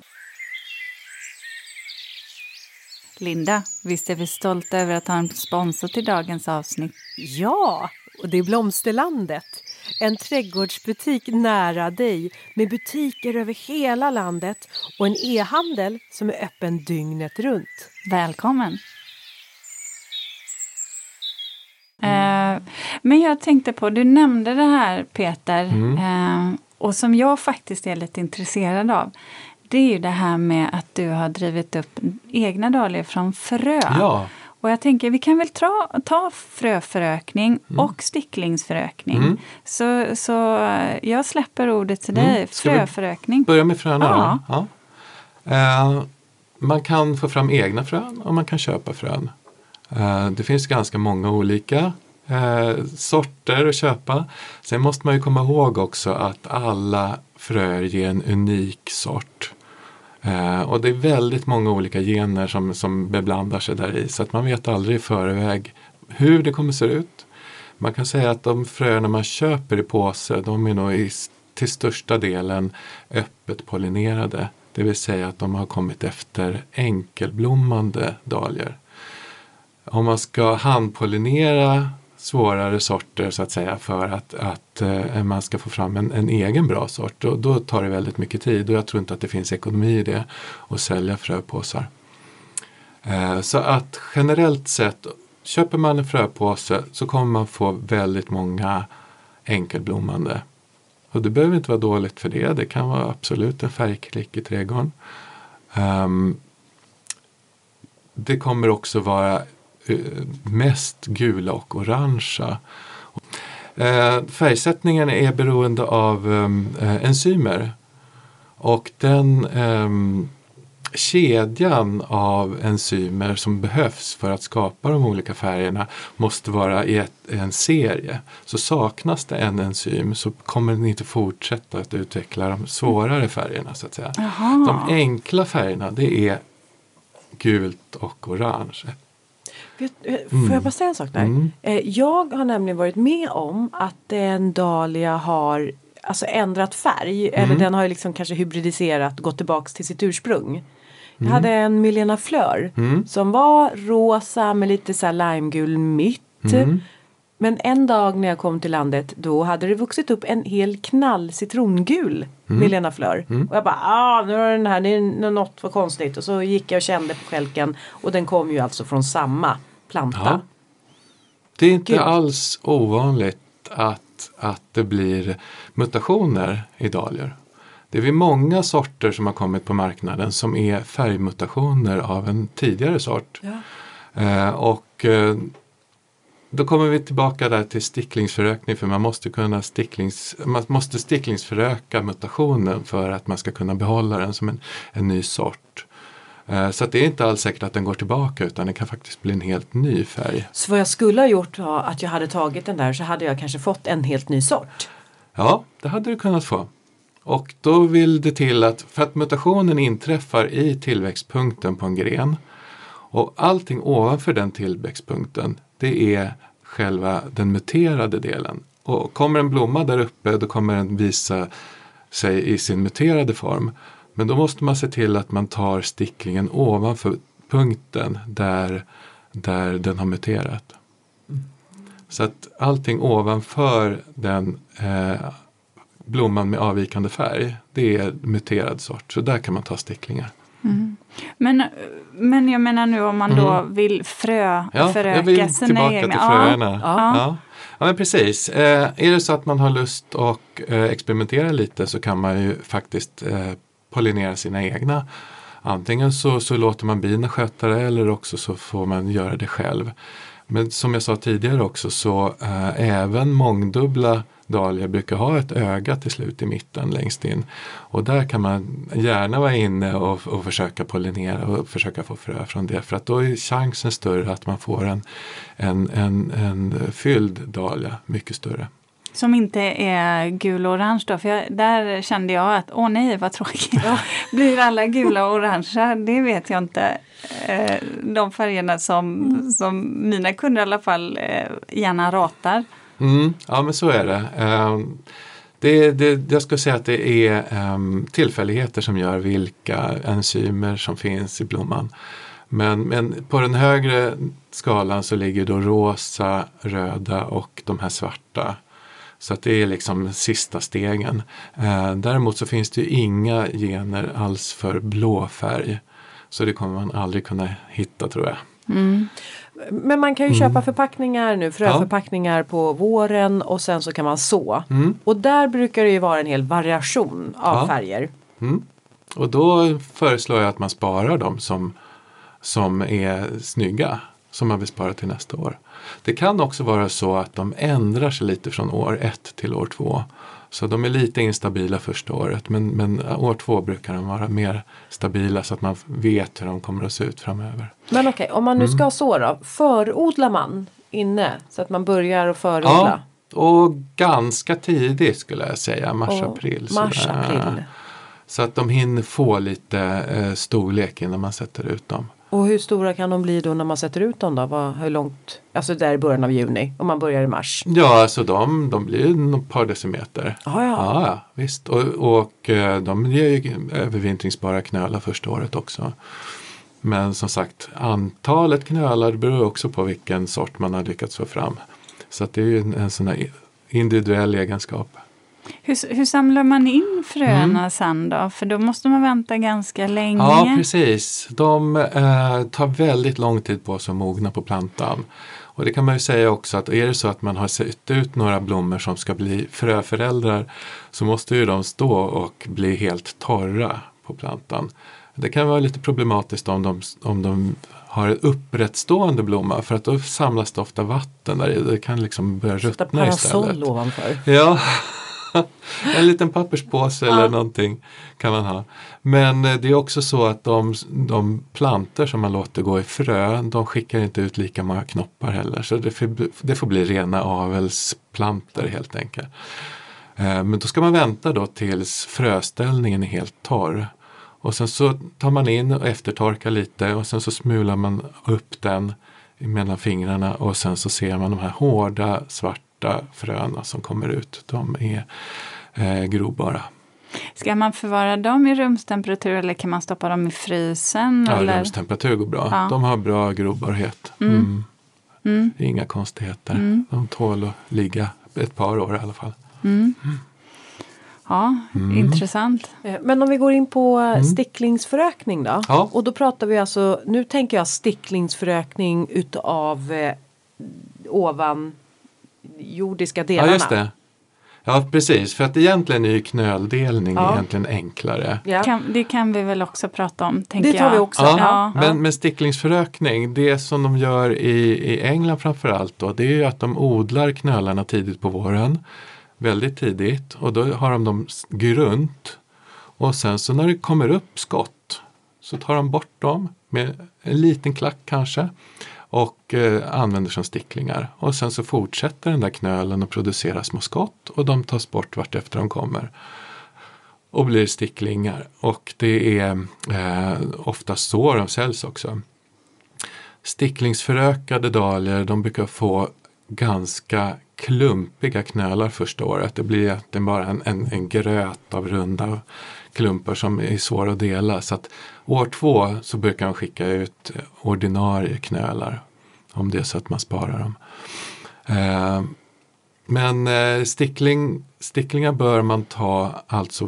Linda, visst är vi stolta över att ha en sponsor till dagens avsnitt? Ja, och det är Blomsterlandet. En trädgårdsbutik nära dig med butiker över hela landet och en e-handel som är öppen dygnet runt. Välkommen! Eh, men jag tänkte på, du nämnde det här Peter, Mm. eh, och som jag faktiskt är lite intresserad av. Det är ju det här med att du har drivit upp egna dahlior från frö. Ja. Och jag tänker, vi kan väl ta, ta fröförökning och sticklingsförökning. Mm. Så, så jag släpper ordet till Mm. dig. Ska vi Fröförökning. Börja med fröna Ja. då. Ja. Eh, man kan få fram egna frön och man kan köpa frön. Eh, det finns ganska många olika. eh, sorter att köpa. Sen måste man ju komma ihåg också att alla fröer ger en unik sort. Eh, och det är väldigt många olika gener som, som beblandar sig där i. Så att man vet aldrig i förväg hur det kommer se ut. Man kan säga att de fröerna man köper i påse, de är nog i, till största delen öppet pollinerade. Det vill säga att de har kommit efter enkelblommande dahlior. Om man ska handpollinera svårare sorter så att säga för att, att eh, man ska få fram en, en egen bra sort, då, då tar det väldigt mycket tid och jag tror inte att det finns ekonomi i det att sälja fröpåsar. Eh, så att generellt sett, köper man en fröpåse så kommer man få väldigt många enkelblommande. Och det behöver inte vara dåligt för det. Det kan vara absolut en färgklick i trädgården. Um, det kommer också vara uh, mest gula och orangea. Uh, färgsättningen är beroende av um, uh, enzymer. Och den um, kedjan av enzymer som behövs för att skapa de olika färgerna måste vara i ett, en serie. Så saknas det en enzym så kommer den inte fortsätta att utveckla de svårare färgerna så att säga. Aha. De enkla färgerna, det är gult och orange. Vet, får jag bara säga en sak där? Mm. Jag har nämligen varit med om att en dahlia har alltså ändrat färg. Mm. Eller den har ju liksom kanske hybridiserat, gått tillbaka till sitt ursprung. Jag Mm. hade en Milena Fleur Mm. som var rosa med lite så här limegul mitt. Mm. Men en dag när jag kom till landet då hade det vuxit upp en hel knall citrongul Mm. Milena Fleur. Mm. Och jag bara, ah, nu är den här, det är något för konstigt. Och så gick jag och kände på skälken och den kom ju alltså från samma planta. Ja. Det är inte Gud. alls ovanligt att, att det blir mutationer i dahlior. Det är många sorter som har kommit på marknaden som är färgmutationer av en tidigare sort. Ja. Eh, och eh, då kommer vi tillbaka där till sticklingsförökning för man måste kunna sticklings, man måste sticklingsföröka mutationen för att man ska kunna behålla den som en, en ny sort. Eh, så att det är inte alls säkert att den går tillbaka utan det kan faktiskt bli en helt ny färg. Så vad jag skulle ha gjort var att jag hade tagit den där så hade jag kanske fått en helt ny sort. Ja, det hade du kunnat få. Och då vill det till att för att mutationen inträffar i tillväxtpunkten på en gren och allting ovanför den tillväxtpunkten det är själva den muterade delen. Och kommer en blomma där uppe då kommer den visa sig i sin muterade form. Men då måste man se till att man tar sticklingen ovanför punkten där, där den har muterat. Så att allting ovanför den eh, blomman med avvikande färg, det är muterad sort. Så där kan man ta sticklingar. Mm. Men, men jag menar nu om man Mm. då vill frö, Ja, föröka jag vill sina tillbaka egna. till fröerna. Ja. Ja. Ja, men precis. Eh, är det så att man har lust att eh, experimentera lite så kan man ju faktiskt eh, pollinera sina egna. Antingen så, så låter man bina sköta det eller också så får man göra det själv. Men som jag sa tidigare också så eh, även mångdubbla dahlior brukar ha ett öga till slut i mitten längst in. Och där kan man gärna vara inne och, och försöka pollinera och försöka få frö från det. För att då är chansen större att man får en, en, en, en fylld dahlia mycket större. Som inte är gul och orange då. För jag, där kände jag att åh nej vad tråkigt. Blir alla gula och orangea? Det vet jag inte. Eh, de färgerna som, mm. som mina kunder i alla fall eh, gärna ratar. Mm, ja men så är det. Um, det, det. Jag ska säga att det är um, tillfälligheter som gör vilka enzymer som finns i blomman. Men, men på den högre skalan så ligger då rosa, röda och de här svarta. Så att det är liksom sista stegen. Uh, däremot så finns det ju inga gener alls för blå färg. Så det kommer man aldrig kunna hitta tror jag. Mm. Men man kan ju Mm. köpa förpackningar nu, fröförpackningar ja. på våren och sen så kan man så. Mm. Och där brukar det ju vara en hel variation av Ja. färger. Mm. Och då föreslår jag att man sparar dem som, som är snygga, som man vill spara till nästa år. Det kan också vara så att de ändrar sig lite från år ett till år två. Så de är lite instabila första året, men, men år två brukar de vara mer stabila så att man vet hur de kommer att se ut framöver. Men okej, om man nu Mm. ska så då, förodlar man inne så att man börjar att förodla. Ja, och ganska tidigt skulle jag säga, mars-april. Mars-april. Så att de hinner få lite eh, storlek innan man sätter ut dem. Och hur stora kan de bli då när man sätter ut dem då? Vad, hur långt? Alltså där i början av juni, om man börjar i mars. Ja, alltså de, de blir ett par decimeter. Ah, ja, ja. Visst. Och, och de ger ju övervintringsbara knölar första året också. Men som sagt, antalet knölar beror också på vilken sort man har lyckats få fram. Så att det är ju en, en sån här individuell egenskap. Hur, hur samlar man in fröna Mm. sen då? För då måste man vänta ganska länge. Ja, precis. De eh, tar väldigt lång tid på sig att mogna på plantan. Och det kan man ju säga också att är det så att man har sett ut några blommor som ska bli fröföräldrar så måste ju de stå och bli helt torra på plantan. Det kan vara lite problematiskt om de, om de har en upprättstående blomma för att då samlas det ofta vatten där i. Det kan liksom börja ruttna istället. Sätta parasoll ovanför. Ja, en liten papperspåse eller någonting kan man ha. Men det är också så att de, de planter som man låter gå i frö, de skickar inte ut lika många knoppar heller. Så det får, det får bli rena avelsplanter helt enkelt. Men då ska man vänta då tills fröställningen är helt torr. Och sen så tar man in och eftertorkar lite och sen så smular man upp den mellan fingrarna och sen så ser man de här hårda svarta fröna som kommer ut. De är eh, grobara. Ska man förvara dem i rumstemperatur eller kan man stoppa dem i frysen? Ja, eller? rumstemperatur går bra. Ja. De har bra grobarhet. Mm. Mm. Mm. Inga konstigheter. Mm. De tål att ligga ett par år i alla fall. Mm. Ja, Mm. intressant. Men om vi går in på sticklingsförökning då. Ja. Och då pratar vi alltså, nu tänker jag sticklingsförökning utav eh, ovan jordiska delarna. Ja, just det. Ja, precis. För att egentligen är ju knöldelning Ja. egentligen enklare. Ja. Kan, det kan vi väl också prata om, tänker Det tar jag. vi också. Ja, Ja. Men, men sticklingsförökning, det som de gör i, i England framförallt då, det är ju att de odlar knölarna tidigt på våren. Väldigt tidigt. Och då har de dem grunt. Och sen så när det kommer upp skott så tar de bort dem med en liten klack kanske. Och eh, använder som sticklingar. Och sen så fortsätter den där knölen att producera små skott. Och de tas bort vart efter de kommer. Och blir sticklingar. Och det är eh, ofta så de säljs också. Sticklingsförökade dahlior, de brukar få ganska klumpiga knölar första året. Det blir egentligen bara en, en, en gröt av runda klumpar som är svåra att dela. Så att år två så brukar man skicka ut ordinarie knölar. Om det är så att man sparar dem. Eh, men eh, stickling, sticklingar bör man ta alltså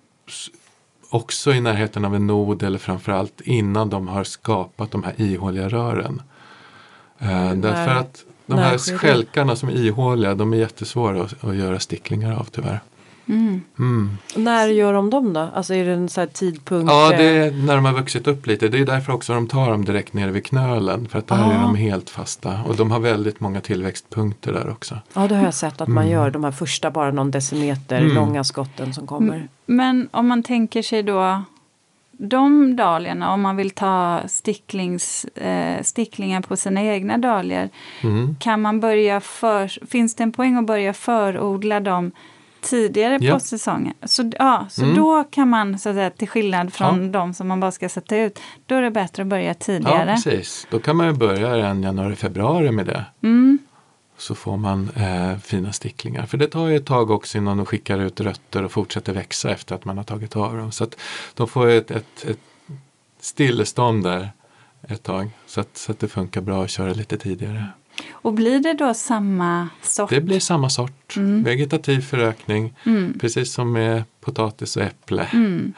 också i närheten av en nod eller framförallt innan de har skapat de här ihåliga rören. Eh, därför att de här skälkarna som är ihåliga, de är jättesvåra att, att göra sticklingar av tyvärr. Mm. Mm. När gör de dem då? Alltså är det en sån här tidpunkt? Ja, det är när de har vuxit upp lite. Det är därför också de tar dem direkt ner vid knölen. För att där Ah. är de helt fasta. Och de har väldigt många tillväxtpunkter där också. Ja, det har jag sett att man Mm. gör de här första bara någon decimeter Mm. långa skotten som kommer. Men om man tänker sig då de dahliorna, om man vill ta sticklings, eh, sticklingar på sina egna dahlior, Mm. kan man börja för, finns det en poäng att börja förodla dem tidigare Ja. på säsongen? Så, ja, så Mm. då kan man, så att säga, till skillnad från Ja. de som man bara ska sätta ut, då är det bättre att börja Ja, tidigare. precis. Då kan man ju börja redan januari, februari med det. Mm. Så får man eh, fina sticklingar. För det tar ju ett tag också innan de skickar ut rötter och fortsätter växa efter att man har tagit av dem. Så att de får ett, ett, ett stillestånd där ett tag. Så att, så att det funkar bra att köra lite tidigare. Och blir det då samma sort? Det blir samma sort. Mm. Vegetativ förökning. Mm. Precis som med potatis och äpple. Mm.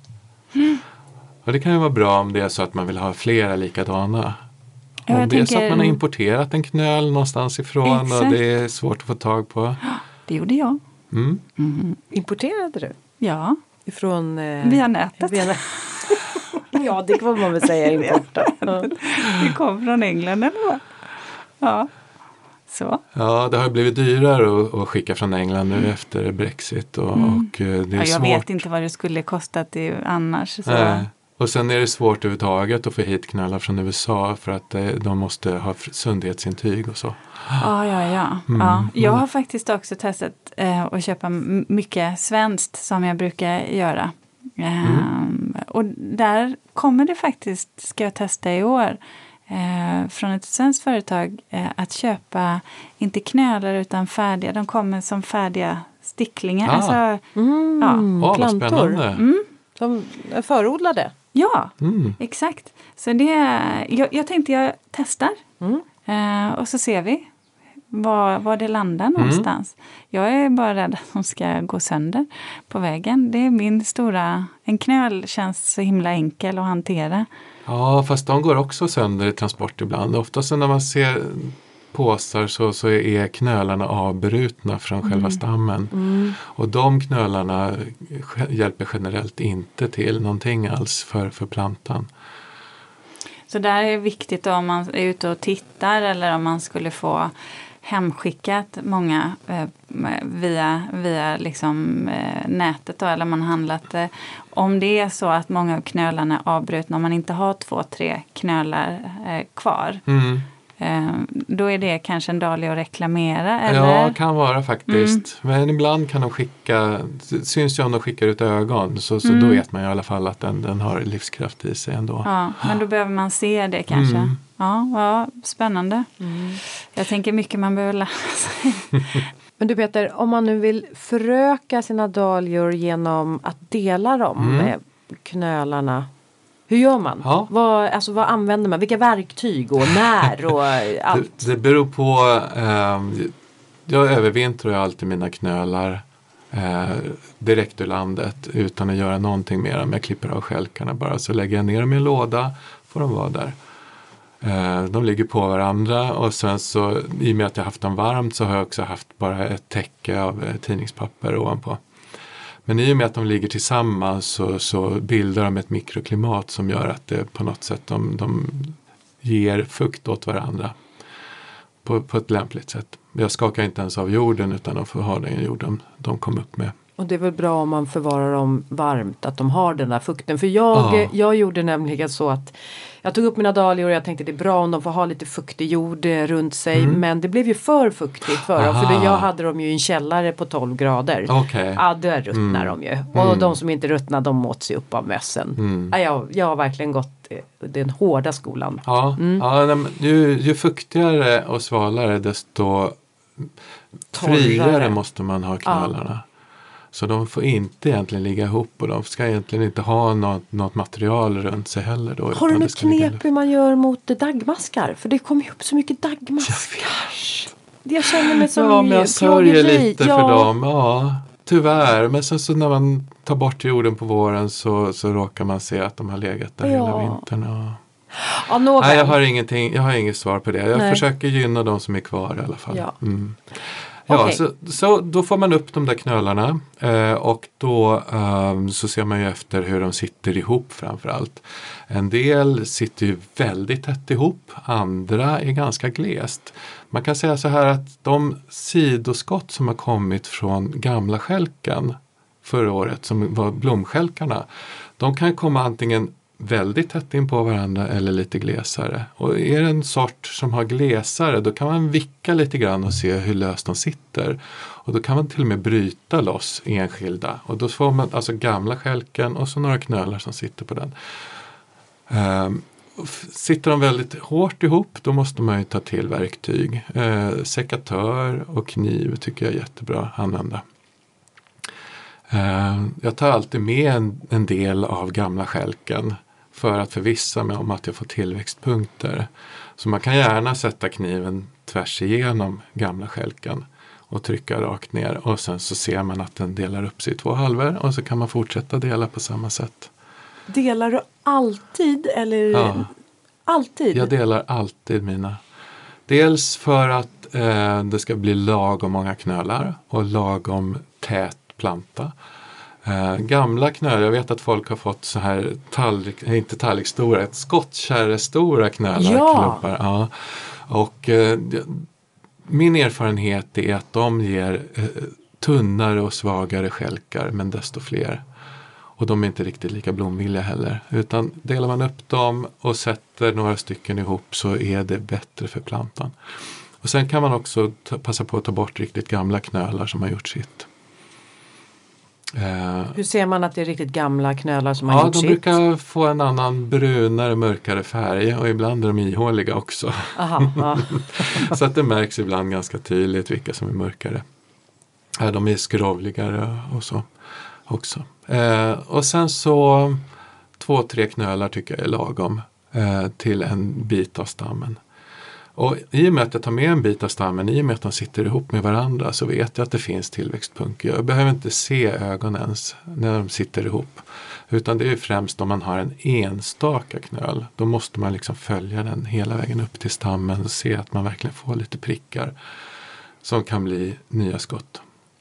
Och det kan ju vara bra om det är så att man vill ha flera likadana. Ja, Om jag det är så tänker- att man har importerat en knöl någonstans ifrån Exakt. och det är svårt att få tag på. Det gjorde jag. Mm. Mm. Importerade du? Ja, Ifrån... Eh, via nätet. via nä- ja, det får man väl säga import då. Ja. Det kom från England eller vad? Ja, så. Ja, det har blivit dyrare att, att skicka från England nu efter Brexit och, Mm. och eh, det är Ja, jag svårt. vet inte vad det skulle kosta till annars. Så. Nej. Och sen är det svårt överhuvudtaget att få hit knölar från U S A för att eh, de måste ha sundhetsintyg och så. Ja, ja, ja. Mm. ja. Jag har faktiskt också testat eh, att köpa m- mycket svenskt som jag brukar göra. Eh, Mm. Och där kommer det faktiskt, ska jag testa i år, eh, från ett svenskt företag eh, att köpa inte knölar utan färdiga. De kommer som färdiga sticklingar. Ah. Alltså, Mm, ja. Åh, vad plantor. spännande. Mm. Som är förodlade. Ja, Mm. exakt. Så det, jag, jag tänkte jag testar. Mm. Eh, och så ser vi var, var det landar någonstans. Jag är bara rädd att de ska gå sönder på vägen. Det är min stora... En knöl känns så himla enkel att hantera. Ja, fast de går också sönder i transport ibland. Oftast när man ser påsar så, så är knölarna avbrutna från Mm. själva stammen. Mm. Och de knölarna ge- hjälper generellt inte till någonting alls för, för plantan. Så där är det viktigt då, om man är ute och tittar eller om man skulle få hemskickat många eh, via, via liksom, eh, nätet då, eller man handlat det. Om det är så att många av knölarna är avbrutna, om man inte har två, tre knölar eh, kvar, Mm. eh, då är det kanske en dahlia att reklamera, eller? Ja, kan vara faktiskt. Men ibland kan de skicka, det syns ju om de skickar ut ögon, så, så Mm. då vet man i alla fall att den, den har livskraft i sig ändå. Ja, men då behöver man se det kanske. Mm. Ja, ja, spännande. Mm. Jag tänker mycket man behöver lära sig. Men du Peter, om man nu vill föröka sina dahlior genom att dela dem Mm. med knölarna. Hur gör man? Ja. Vad, alltså, vad använder man? Vilka verktyg och när och allt? Det, det beror på, eh, jag övervintrar ju alltid mina knölar eh, direkt ur landet utan att göra någonting mer. Men jag klipper av skälkarna bara, så lägger jag ner dem i en låda, får de vara där. Eh, de ligger på varandra och sen så, i och med att jag haft dem varmt, så har jag också haft bara ett täcke av eh, tidningspapper ovanpå. Men i och med att de ligger tillsammans så, så bildar de ett mikroklimat som gör att det på något sätt de, de ger fukt åt varandra på, på ett lämpligt sätt. Jag skakar inte ens av jorden, utan de får ha den jorden de kom upp med. Och det är väl bra om man förvarar dem varmt, att de har den där fukten. För jag, Ja. jag gjorde nämligen så att jag tog upp mina dahlior och jag tänkte det är bra om de får ha lite fuktig jord eh, runt sig. Mm. Men det blev ju för fuktigt för dem. För Aha. det, jag hade dem ju i en källare på tolv grader. Okej. Ja, där ruttnar Mm. de ju. Och Mm. de som inte ruttnar, de åt sig upp av mössen. Mm. Ja, jag, jag har verkligen gått eh, den hårda skolan. Ja, Mm. ja nej, men ju, ju fuktigare och svalare, desto Torrare. friare måste man ha knölarna. Så de får inte egentligen ligga ihop, och de ska egentligen inte ha något, något material runt sig heller. Då, Har utan du det något ska ligga i knep hur man gör mot dagmaskar? För det kommer ju upp så mycket dagmaskar. Jag känner mig som Ja, men jag sörjer plågeri. lite Ja. för dem. Ja, tyvärr. Men sen så när man tar bort jorden på våren så, så råkar man se att de har legat där Ja. hela vintern. Ja. Ja, nåväl. Nej, jag har ingenting, jag har inget svar på det. Jag Nej. försöker gynna de som är kvar i alla fall. Ja. Mm. Ja, Okej. så, så då får man upp de där knölarna eh, och då ehm, så ser man ju efter hur de sitter ihop framför allt. En del sitter ju väldigt tätt ihop, andra är ganska glest. Man kan säga så här att de sidoskott som har kommit från gamla skälken förra året, som var blomskälkarna, de kan komma antingen väldigt tätt in på varandra eller lite glesare. Och är det en sort som har glesare, då kan man vicka lite grann och se hur löst de sitter. Och då kan man till och med bryta loss enskilda. Och då får man alltså gamla skälken och så några knölar som sitter på den. Um, sitter de väldigt hårt ihop, då måste man ju ta till verktyg. Uh, sekatör och kniv tycker jag är jättebra att använda. Uh, jag tar alltid med en, en del av gamla skälken för att förvissa mig om att jag får tillväxtpunkter. Så man kan gärna sätta kniven tvärs igenom gamla skälken och trycka rakt ner. Och sen så ser man att den delar upp sig i två halvor och så kan man fortsätta dela på samma sätt. Delar du alltid eller? Ja. Alltid? Jag delar alltid mina. Dels för att eh, det ska bli lagom många knölar och lagom tät planta. Eh, gamla knölar, jag vet att folk har fått så här tallrik, inte tallrikstora, ett skottkärrestora knölar. Ja. Klumpar. Ja. Och eh, min erfarenhet är att de ger eh, tunnare och svagare skälkar, men desto fler. Och de är inte riktigt lika blomvilliga heller. Utan delar man upp dem och sätter några stycken ihop så är det bättre för plantan. Och sen kan man också ta, passa på att ta bort riktigt gamla knölar som har gjort sitt. Eh, Hur ser man att det är riktigt gamla knölar som har ja, gjort de sitt? brukar få en annan brunare, mörkare färg och ibland är de ihåliga också. Aha, ja. Så att det märks ibland ganska tydligt vilka som är mörkare. Eh, de är skrovligare och så också. Eh, och sen så två, tre knölar tycker jag är lagom eh, till en bit av stammen. Och i och med att jag tar med en bit av stammen, i och med att de sitter ihop med varandra så vet jag att det finns tillväxtpunkter. Jag behöver inte se ögonen ens när de sitter ihop. Utan det är främst om man har en enstaka knöl. Då måste man liksom följa den hela vägen upp till stammen och se att man verkligen får lite prickar som kan bli nya skott.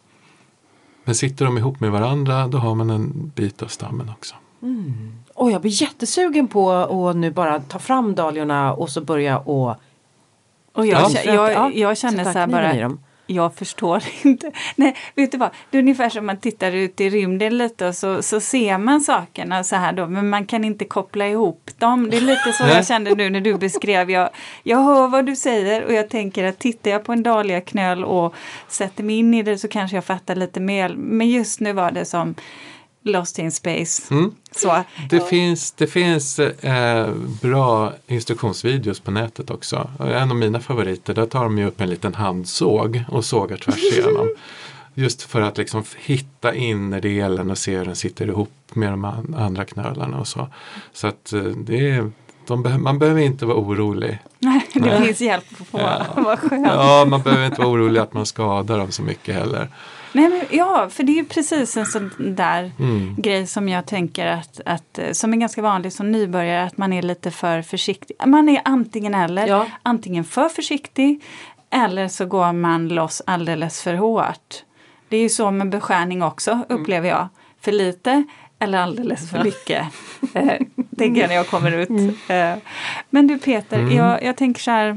Men sitter de ihop med varandra då har man en bit av stammen också. Mm. Och jag blir jättesugen på att nu bara ta fram dahliorna och så börja och Och jag, Ja. kä- jag, jag känner sätta så här kniven bara, i dem. jag förstår inte. Nej, vet du vad? Det är ungefär som man tittar ut i rymden lite och så, så ser man sakerna så här då. Men man kan inte koppla ihop dem. Det är lite så jag kände nu när du beskrev. Jag, jag hör vad du säger och jag tänker att tittar jag på en dahliaknöl och sätter mig in i det så kanske jag fattar lite mer. Men just nu var det som Lost in Space. Mm. Så. Det finns, det finns eh, bra instruktionsvideos på nätet också. En av mina favoriter, där tar de ju upp en liten handsåg och sågar tvärs igenom. Just för att liksom hitta innerdelen och se hur den sitter ihop med de andra knölarna och så. Så att eh, det är, de be- man behöver inte vara orolig. Nej, det Nej. finns hjälp att få. Ja. Vad skönt. Ja, man behöver inte vara orolig att man skadar dem så mycket heller. Nej, men, ja, för det är ju precis en sån där Mm. grej som jag tänker att, att som är ganska vanlig som nybörjare, att man är lite för försiktig. Man är antingen eller, Ja. antingen för försiktig eller så går man loss alldeles för hårt. Det är ju så med beskärning också, upplever jag. För lite eller alldeles för mycket. eh, tänker jag när jag kommer ut. Eh, men du Peter, Mm. jag, jag tänker så här.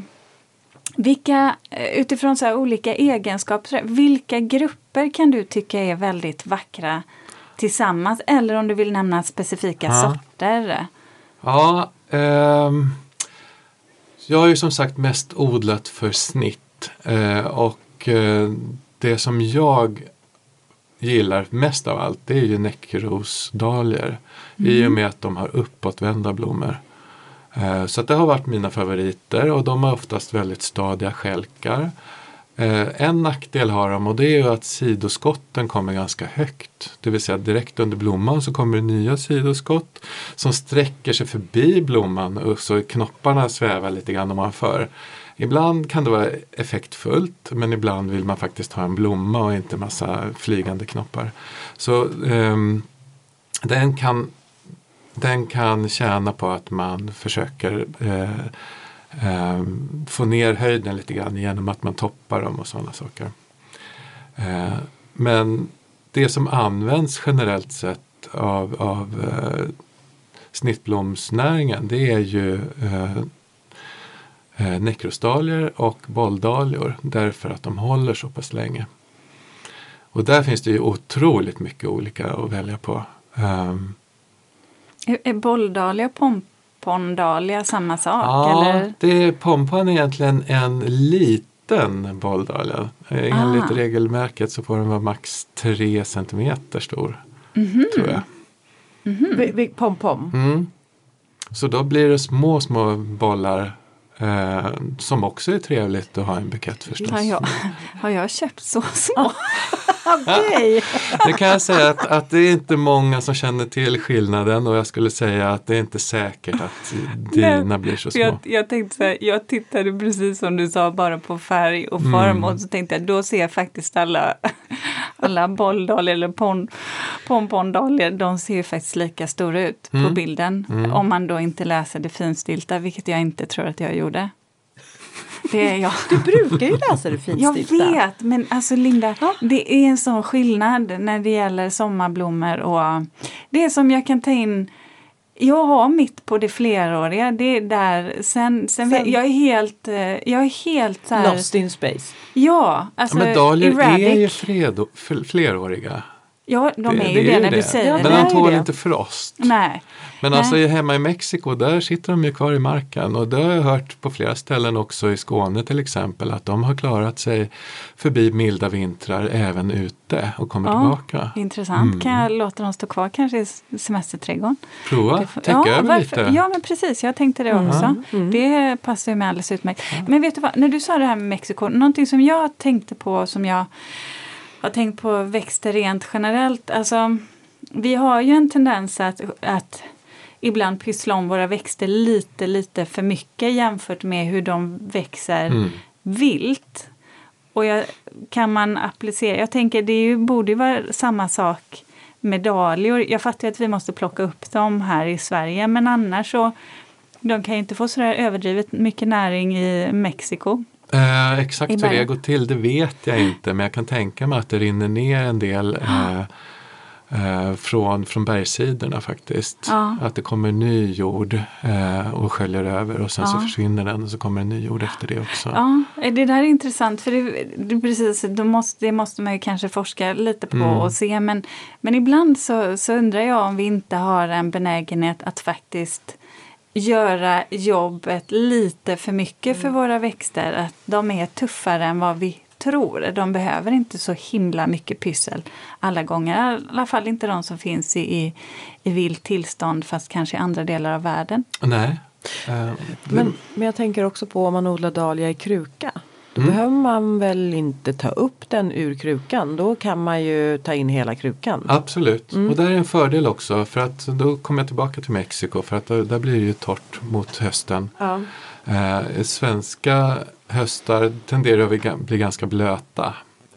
Vilka, utifrån så här olika egenskaper, vilka grupper kan du tycka är väldigt vackra tillsammans? Eller om du vill nämna specifika Ja. sorter? Ja, ehm, jag har ju som sagt mest odlat för snitt. Eh, och eh, det som jag gillar mest av allt, det är ju näckrosdahlior. Mm. I och med att de har uppåtvända blommor. Så att det har varit mina favoriter och de har oftast väldigt stadiga skälkar. En nackdel har de och det är ju att sidoskotten kommer ganska högt. Det vill säga direkt under blomman så kommer det nya sidoskott som sträcker sig förbi blomman och så knopparna svävar lite grann ovanför. Ibland kan det vara effektfullt men ibland vill man faktiskt ha en blomma och inte massa flygande knoppar. Så um, den kan... Den kan tjäna på att man försöker eh, eh, få ner höjden lite grann genom att man toppar dem och sådana saker. Eh, men det som används generellt sett av, av eh, snittblomsnäringen, det är ju eh, eh, näckrosdahlior och bolldahlior därför att de håller så pass länge. Och där finns det ju otroligt mycket olika att välja på. Um, Är, är bolldahlia och pompondahlia samma sak? Ja, eller? det är pompon egentligen en liten bolldahlia. Enligt Ah. regelmärket så får den vara max tre centimeter stor. Mhm. Tror jag. Vi- vi- Pom-pom. Mm. Så då blir det små, små bollar eh, som också är trevligt att ha i en bukett förstås. Har jag, har jag köpt så små? Okej. Det kan jag säga att, att det är inte många som känner till skillnaden och jag skulle säga att det är inte säkert att dina blir så små. Jag, jag tänkte så här, jag tittade precis som du sa bara på färg och form Mm. och så tänkte jag, då ser jag faktiskt alla, alla bolldahlior eller pon, pompondahlior, de ser ju faktiskt lika stora ut Mm. på bilden. Mm. Om man då inte läser det finstilta, vilket jag inte tror att jag gjorde. Det är jag. Du brukar ju läsa det Jag finstilta. vet, men alltså Linda, Ja. det är en sån skillnad när det gäller sommarblommor och det är som jag kan ta in. Jag har mitt på det fleråriga, det är där, sen, sen, Sen- jag är helt, eh, jag är helt så här, Lost in space. ja, alltså Ja, men dahlior är ju erratic. fredo, f- fleråriga. Ja, de Det- är ju det det, är ju när det. du säger Men det. de är ju tål det. inte frost. Nej. Men Nej. alltså hemma i Mexiko, där sitter de ju kvar i marken. Och det har jag hört på flera ställen också i Skåne till exempel. Att de har klarat sig förbi milda vintrar även ute och kommer Ja, tillbaka. Intressant. Mm. Kan jag låta dem stå kvar kanske i semesterträdgården? Prova, Det får- tänk ja, över varför- lite. Ja, men precis. Jag tänkte det också. Det passar ju med alldeles utmärkt. Men vet du vad, när du sa det här med Mexiko, någonting som jag tänkte på, som jag har tänkt på växter rent generellt. Alltså, vi har ju en tendens att, att ibland pyssla om våra växter lite, lite för mycket jämfört med hur de växer Mm. vilt. Och jag, kan man applicera, jag tänker det är ju, borde ju vara samma sak med dahlior. Jag fattar ju att vi måste plocka upp dem här i Sverige, men annars så, de kan ju inte få sådär överdrivet mycket näring i Mexiko. Eh, exakt I hur det bergen. går till, det vet jag inte. Men jag kan tänka mig att det rinner ner en del eh, eh, från, från bergssidorna faktiskt. Ja. Att det kommer ny jord eh, och sköljer över och sen Ja. så försvinner den och så kommer en ny jord efter det också. Ja, det där är intressant för det, det, precis, då måste, det måste man ju kanske forska lite på Mm. och se. Men, men ibland så, så undrar jag om vi inte har en benägenhet att faktiskt göra jobbet lite för mycket för våra växter. Att de är tuffare än vad vi tror. De behöver inte så himla mycket pyssel alla gånger. I alla fall inte de som finns i, i, i vilt tillstånd fast kanske i andra delar av världen. Nej. Eh, Men, men jag tänker också på om man odlar dahlia i kruka. Då Mm. behöver man väl inte ta upp den ur krukan. Då kan man ju ta in hela krukan. Absolut. Och där är en fördel också för att då kommer jag tillbaka till Mexiko för att där, där blir det ju torrt mot hösten. Ja. Eh, svenska höstar tenderar att bli- bli ganska blöta.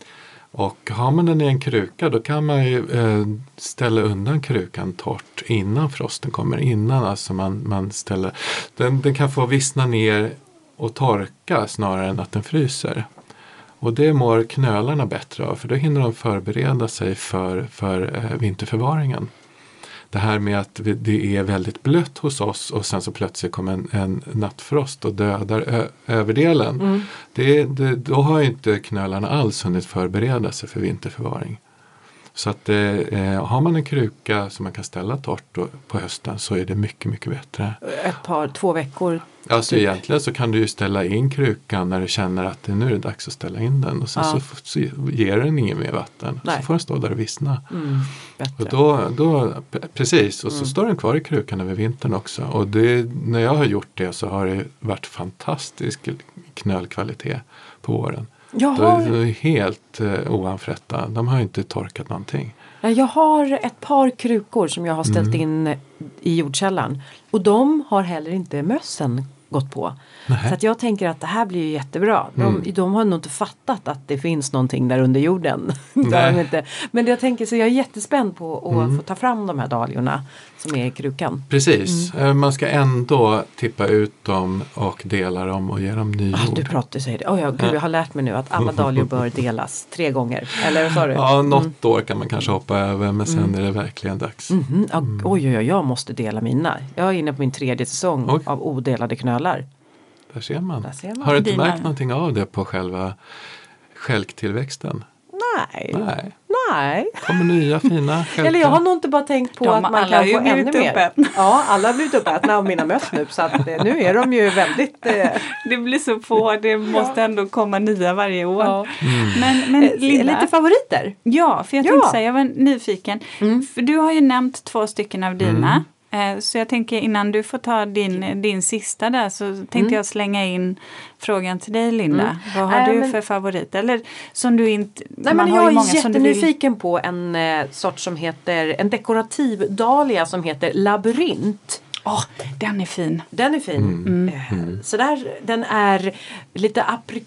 Och har man den i en kruka då kan man ju eh, ställa undan krukan torrt innan frosten kommer. Innan alltså man, man ställer. Den, den kan få vissna ner och torka snarare än att den fryser. Och det mår knölarna bättre av för då hinner de förbereda sig för, för eh, vinterförvaringen. Det här med att vi, det är väldigt blött hos oss och sen så plötsligt kommer en, en nattfrost och dödar ö, överdelen. Mm. Det, det, då har ju inte knölarna alls hunnit förbereda sig för vinterförvaring. Så att eh, har man en kruka som man kan ställa torrt då, på hösten så är det mycket, mycket bättre. Ett par, två veckor. Alltså Typ. egentligen så kan du ju ställa in krukan när du känner att det, nu är det dags att ställa in den. Och sen Ja. så, f- så ger den ingen mer vatten. Nej. Så får den stå där och vissna. Mm, bättre. Och då, då, p- precis, och så står den kvar i krukan över vintern också. Och det, när jag har gjort det så har det varit fantastisk knölkvalitet på våren. Jag De har, är helt eh, oanfrätta. De har inte torkat någonting. jag har ett par krukor som jag har ställt Mm. in i jordkällan. Och de har heller inte mössen gått på. Nej. Så att jag tänker att det här blir ju jättebra. De, Mm. de har nog inte fattat att det finns någonting där under jorden. Det har Nej. de inte. Men jag tänker så jag är jättespänd på att Mm. få ta fram de här dahliorna som är i krukan. Precis, Mm. Eh, man ska ändå tippa ut dem och dela dem och ge dem ny Ah, jord. du pratar säger det. Oh, ja, gud, jag har lärt mig nu att alla dahlior bör delas tre gånger. Eller vad sa du? Ja, något år kan man kanske hoppa över men sen är det verkligen dags. Mhm, ja, oj, oj, oj, jag måste dela mina. Jag är inne på min tredje säsong Oj. av odelade knölar. Där ser man. Där ser man. Har du inte Dina- märkt någonting av det på själva stjälktillväxten? Nej, Nej, nej. kommer nya fina stjälkar. Eller jag har nog inte bara tänkt på De att man alla kan har ju få ännu blivit mer. uppätna. Ja, alla har blivit uppätna av mina möss nu. Så att, eh, nu är de ju väldigt... Eh, Det blir så få, det måste ändå komma nya varje år. ja. Men, men Eh, Linda, Lite favoriter. ja, för jag Ja. tänkte säga, jag var nyfiken. Mm. För du har ju nämnt två stycken av dina. Eh, Så jag tänker innan du får ta din, din sista där så tänkte Mm. jag slänga in frågan till dig Linda. Vad har Äh, du men- för favorit? Eller som du inte... Nej, man men har jag ju är många som du vill... jättenyfiken på en eh, sort som heter, en dekorativ dahlia som heter labyrint. Åh, den är fin. Den är fin. Eh, Så där, den är lite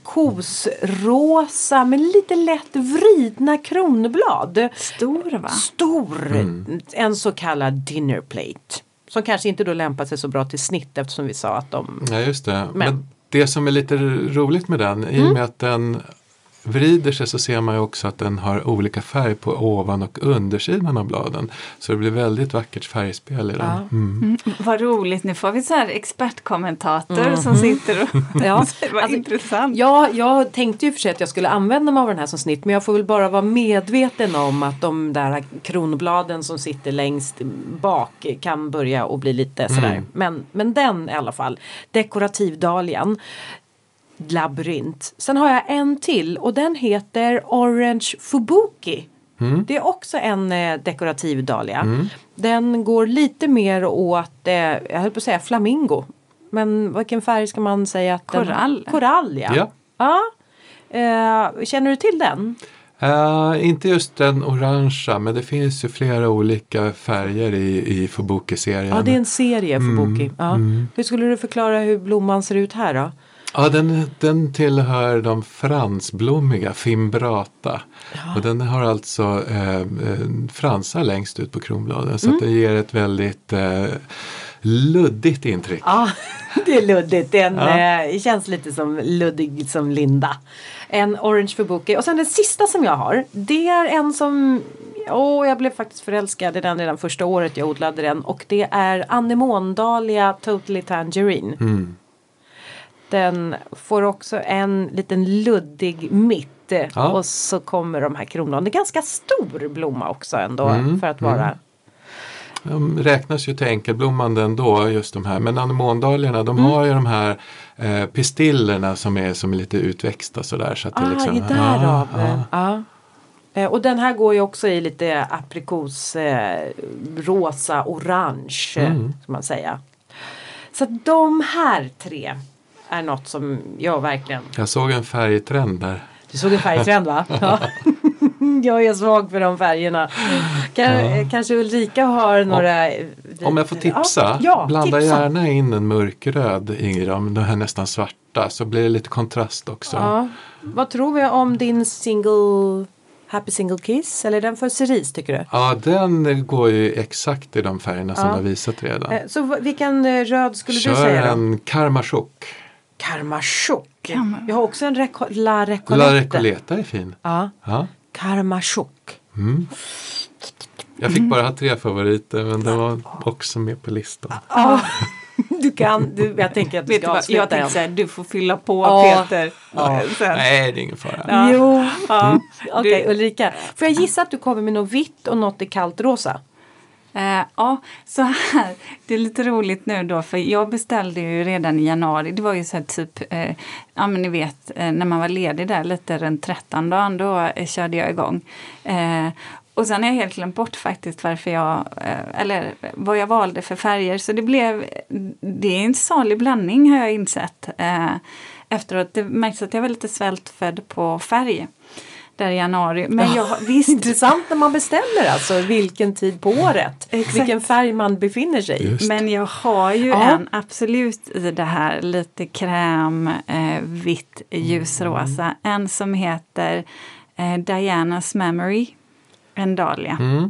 aprikosrosa med lite lätt vridna kronblad. Stor va? Stor, en så kallad dinner plate. Som kanske inte då lämpar sig så bra till snitt eftersom vi sa att de... Ja, just det. Men, Men- det som är lite roligt med den, i och med att den vrider sig så ser man ju också att den har olika färg på ovan- och undersidan av bladen. Så det blir väldigt vackert färgspel i den. Ja. Mm. Mm, vad roligt, nu får vi så här expertkommentator mm. som sitter och... Ja, vad alltså, intressant. Ja, jag tänkte ju för sig att jag skulle använda mig av den här som snitt. Men jag får väl bara vara medveten om att de där kronbladen som sitter längst bak kan börja och bli lite sådär. Mm. Men, men den i alla fall. Dekorativdahlian. Labyrint. Sen har jag en till och den heter Orange Fubuki. Mm. Det är också en eh, dekorativ dahlia. Mm. Den går lite mer åt, eh, jag höll på att säga flamingo. Men vilken färg ska man säga? Att Korall. Den, korall, ja. Ja. ja. Eh, känner du till den? Uh, inte just den orangea, men det finns ju flera olika färger i, i Fubuki-serien. Ja, det är en serie Fubuki. Mm. Ja. Mm. Hur skulle du förklara hur blomman ser ut här då? Ja, den, den tillhör de fransblommiga, Fimbrata. Ja. Och den har alltså eh, eh, fransar längst ut på kronbladen. Så Mm. att det ger ett väldigt eh, luddigt intryck. Ja, det är luddigt. Den Ja. eh, känns lite som luddig som Linda. En Orange Fubuki. Och sen den sista som jag har. Det är en som... Åh, jag blev faktiskt förälskad i den redan första året jag odlade den. Och det är Anemondalia Totally Tangerine. Mm. Den får också en liten luddig mitt. Ja. Och så kommer de här kronbladen. Det är ganska stor blomma också ändå. Mm, För att vara... mm. De räknas ju till enkelblommande ändå, just de här. Men anemondahliorna, de mm. har ju de här eh, pistillerna som är, som är lite utväxta sådär. Så att det Ah, liksom, i därav. ja, ja. Ja. Eh, och den här går ju också i lite aprikos, eh, rosa, orange, eh, Mm. ska man säga. Så att de här tre är något som jag verkligen... Jag såg en färgtrend där. Du såg en färgtrend, va? Ja. Jag är svag för de färgerna. Kan, Ja. Kanske Ulrika har några... Om jag får tipsa, Ja, ja, blanda tipsa. gärna in en mörkröd i dem, de här nästan svarta, så blir det lite kontrast också. Ja. Vad tror vi om din single... Happy Single Kiss? Eller är den för cerise, tycker du? Ja, den går ju exakt i de färgerna som Ja. du har visat redan. Eh, Så v- vilken eh, röd skulle Kör du säga då? en Karmachok. Karmachok. Karma- Jag har också en Reco- La La Recolette. Recoleta är fin. Ja, Ja. Karmachok. Mm. Jag fick bara ha tre favoriter, men det var också med på listan. Ja, du kan. Du, jag tänker att du Vet du ska vad, avsluta jag tänkte den. säga, du får fylla på Ja. Peter. Ja. Sen. Nej, det är ingen fara. Ja. Jo, Ja. okej Ulrika. Får jag gissa att du kommer med något vitt och något i kallt rosa? Eh, ja, så här. Det är lite roligt nu då, för jag beställde ju redan i januari. Det var ju så här typ, eh, ja men ni vet, eh, när man var ledig där lite runt trettonde dagen, då eh, körde jag igång. Eh, och sen har jag helt glömt bort faktiskt varför jag, eh, eller vad jag valde för färger. Så det blev, det är en salig blandning har jag insett. Eh, efteråt, det märks att jag var lite svältfödd på färg. Där i januari. Men jag, visst. Intressant när man beställer alltså vilken tid på året. Exakt. Vilken färg man befinner sig i. Just. Men jag har ju Ja. en absolut i det här lite kräm, eh, vitt, ljusrosa. En som heter eh, Diana's Memory. En dahlia. Mm.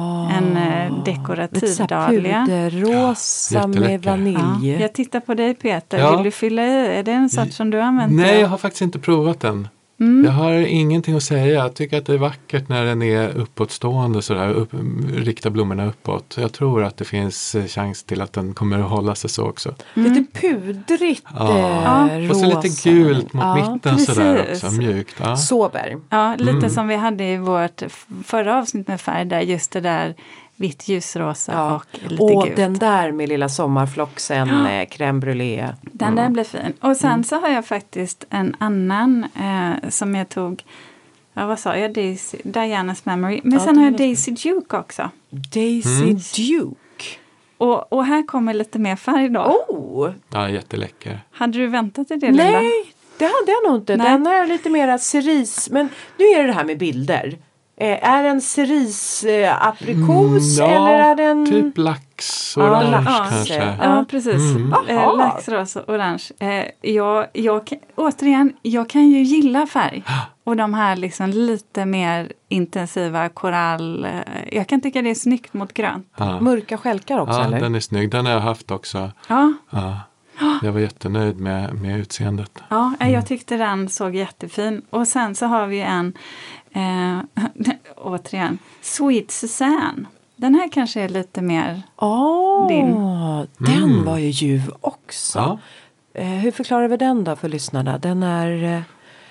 En eh, dekorativ dahlia. Puderrosa Ja, med jätteläcker. vanilj. Ja, jag tittar på dig Peter. Ja. Vill du fylla i? Är det en sort som du har använt? Nej, jag har faktiskt inte provat den. Mm. Jag har ingenting att säga. Jag tycker att det är vackert när den är uppåtstående sådär, upp, riktar blommorna uppåt. Jag tror att det finns eh, chans till att den kommer att hålla sig så också. Mm. Lite pudrigt Ja. eh, Och så rosa. lite gult mot Ja, mitten sådär precis. också, mjukt. Ja. Sober. Ja, lite Mm. som vi hade i vårt f- förra avsnitt med färg. Där just det där vitt, ljusrosa Ja. och lite Och gult. den där med lilla sommarfloxen, Ja. eh, crème brûlée. Den där blir fin. Och sen så har jag faktiskt en annan eh, som jag tog, ja vad sa jag, Daisy, Diana's Memory. Men Ja, sen har jag Diana's- Daisy Duke också. Daisy Mm. Duke. Och, och här kommer lite mer färg då. Oh! Ja, jätteläcker. Hade du väntat dig det Linda? Nej, det hade jag nog inte. Nej. Den är lite mera cerise. Men nu är det det här med bilder. Eh, är den cerise eh, aprikos Mm, ja, eller är den... typ lax, Ja, orange lax, kanske. ja. Ja, precis. Mm. Eh, Jaha. lax, rosa, orange. Eh, jag, jag, kan- återigen, jag kan ju gilla färg. Och de här liksom lite mer intensiva korall. Eh, jag kan tycka det är snyggt mot grönt. Ja. Mörka skälkar också Ja, eller? den är snygg. Den har jag haft också. Ja, Ja. Jag var jättenöjd med, med utseendet. Ja, jag tyckte den såg jättefin. Och sen så har vi en, eh, återigen, Sweet Suzanne. Den här kanske är lite mer Åh, din. den Mm. var ju ljuv också. Ja. Eh, hur förklarar vi den då för lyssnarna? Den är eh,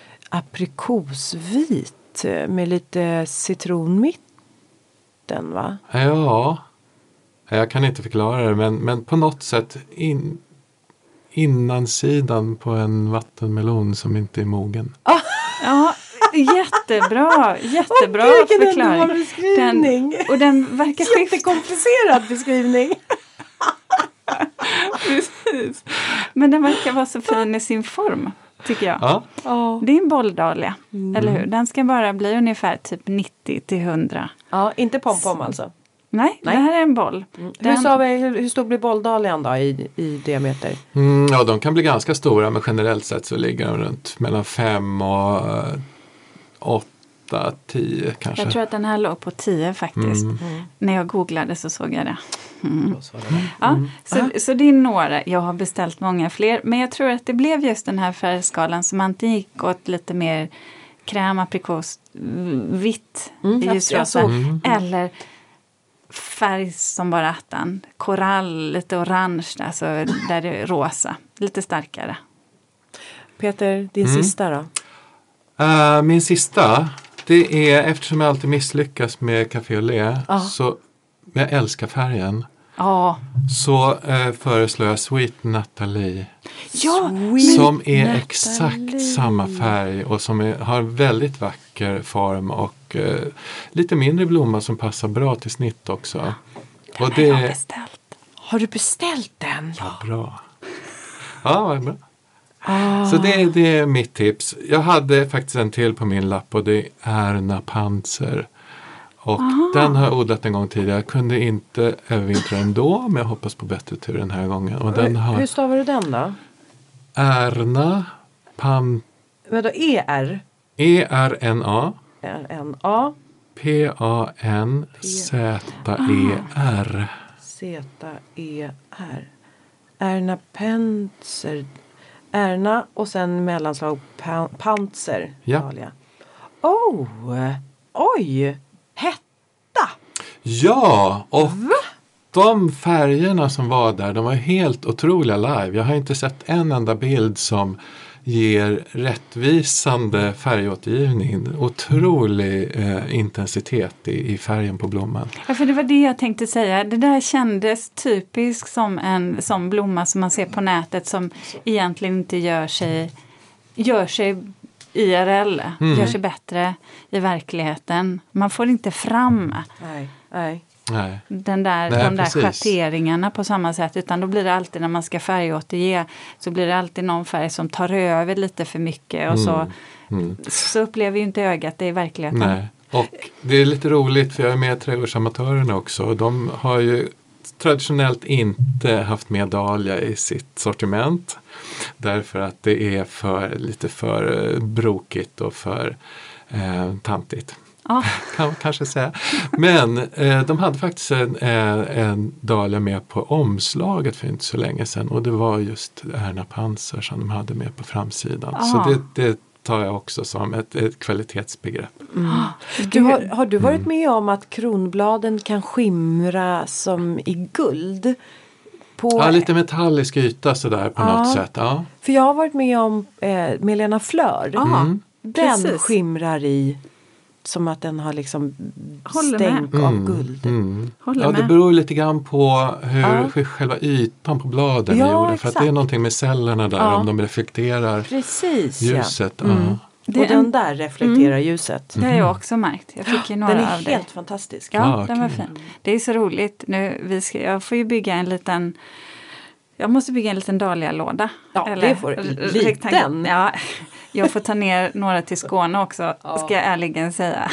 aprikosvit eh, med lite citronmitten, va? Ja, jag kan inte förklara det, men, men på något sätt in, innansidan på en vattenmelon som inte är mogen. Ja, jättebra. Jättebra Åh, vilken förklaring. underbar beskrivning. Den, och den verkar skifta. Jättekomplicerad beskrivning. Precis. Men den verkar vara så fin i sin form, tycker jag. Ja, Ja. Det är en bolldahlia, eller hur? Den ska bara bli ungefär typ nittio till hundra. Ja, inte pompom alltså. Nej, Nej. det här är en boll. Hur, Den, sa vi, hur, hur stor blir bolldahlian då i, i diameter? mm, ja, de kan bli ganska stora, men generellt sett så ligger de runt mellan fem och eh, åtta, tio kanske. jag tror att den här låg på tio faktiskt. Mm. När jag googlade så såg jag det. Mm. Så var det. Ja, så, så det är några. Jag har beställt många fler. Men jag tror att det blev just den här färgskalan som antingen gick åt lite mer kräm, aprikos, vitt, Mm, jag- ljusrosa. jag såg. Mm. Eller färg som bara attan. Korall, lite orange, alltså där det är rosa. Lite starkare. Peter, din Mm. sista då? Eh, min sista, det är eftersom jag alltid misslyckas med Café au lait, Ja. så jag älskar färgen. Ja, Så eh, föreslår jag Sweet Nathalie. ja Som är Nathalie. exakt samma färg och som är, har väldigt vacker form och eh, lite mindre blomma som passar bra till snitt också. Och det har jag det beställt. Har du beställt den? ja, bra. Ja, vad bra. Ah. Så det, det är mitt tips. Jag hade faktiskt en till på min lapp och det är Erna Panzer. Och den har jag odlat en gång tidigare. Jag kunde inte övervintra ändå, men jag hoppas på bättre tur den här gången. Och den Hur har stavar du den då? Erna Pan... Vadå, E R? E R N A R N A P A N Z E R. Z E R. Erna Panzer. Erna och sen mellanslag pa- Panzer. Ja. Dahlia. Oh! Oj! Hetta! Ja, och de färgerna som var där, de var helt otroliga live. Jag har inte sett en enda bild som ger rättvisande färgåtergivning. Otrolig eh, intensitet i, i färgen på blomman. Ja, för det var det jag tänkte säga. Det där kändes typiskt som en som blomma som man ser på nätet som egentligen inte gör sig, gör sig I R L. Mm. Gör sig bättre i verkligheten. Man får inte fram Nej, nej. Nej. den där, Nej, de där precis. schatteringarna på samma sätt. Utan då blir det alltid när man ska färgåterge så blir det alltid någon färg som tar över lite för mycket. Och så, Mm. så upplever ju inte ögat det i verkligheten. Nej. Och det är lite roligt för jag är med i Trädgårdsamatörerna också. Och de har ju traditionellt inte haft med dahlia i sitt sortiment. Därför att det är för, lite för eh, brokigt och för eh, tantigt. Ja. Kan man kanske säga. Men eh, de hade faktiskt en, eh, en dahlia med på omslaget för inte så länge sedan. Och det var just Erna Panzer som de hade med på framsidan. Ah. Så det, det tar jag också som ett, ett kvalitetsbegrepp. Du har, har du varit med om att kronbladen kan skimra som i guld? På, Ja, lite metallisk yta sådär på Ja. något sätt. Ja. För jag har varit med om eh, Melena Flör. Ja, Den precis. skimrar i som att den har liksom Håller stänk med. av guld. Mm. Håller Ja, det med. beror lite grann på hur Ja. själva ytan på bladen Ja, är gjorda. För att det exakt. är någonting med cellerna där Ja. om de reflekterar Precis, ljuset. ja. Mm. Ja. Det Och är den en- där reflekterar ljuset. Det har jag också märkt. Jag fick ju några Den är av det. helt fantastisk. Ja, Ah, den var okej. fin. Det är så roligt. Nu, vi ska, jag får ju bygga en liten... Jag måste bygga en liten dahlia-låda. Ja, det får du. r- Liten? rektangel. Ja, jag får ta ner några till Skåne också, ska jag ärligen säga.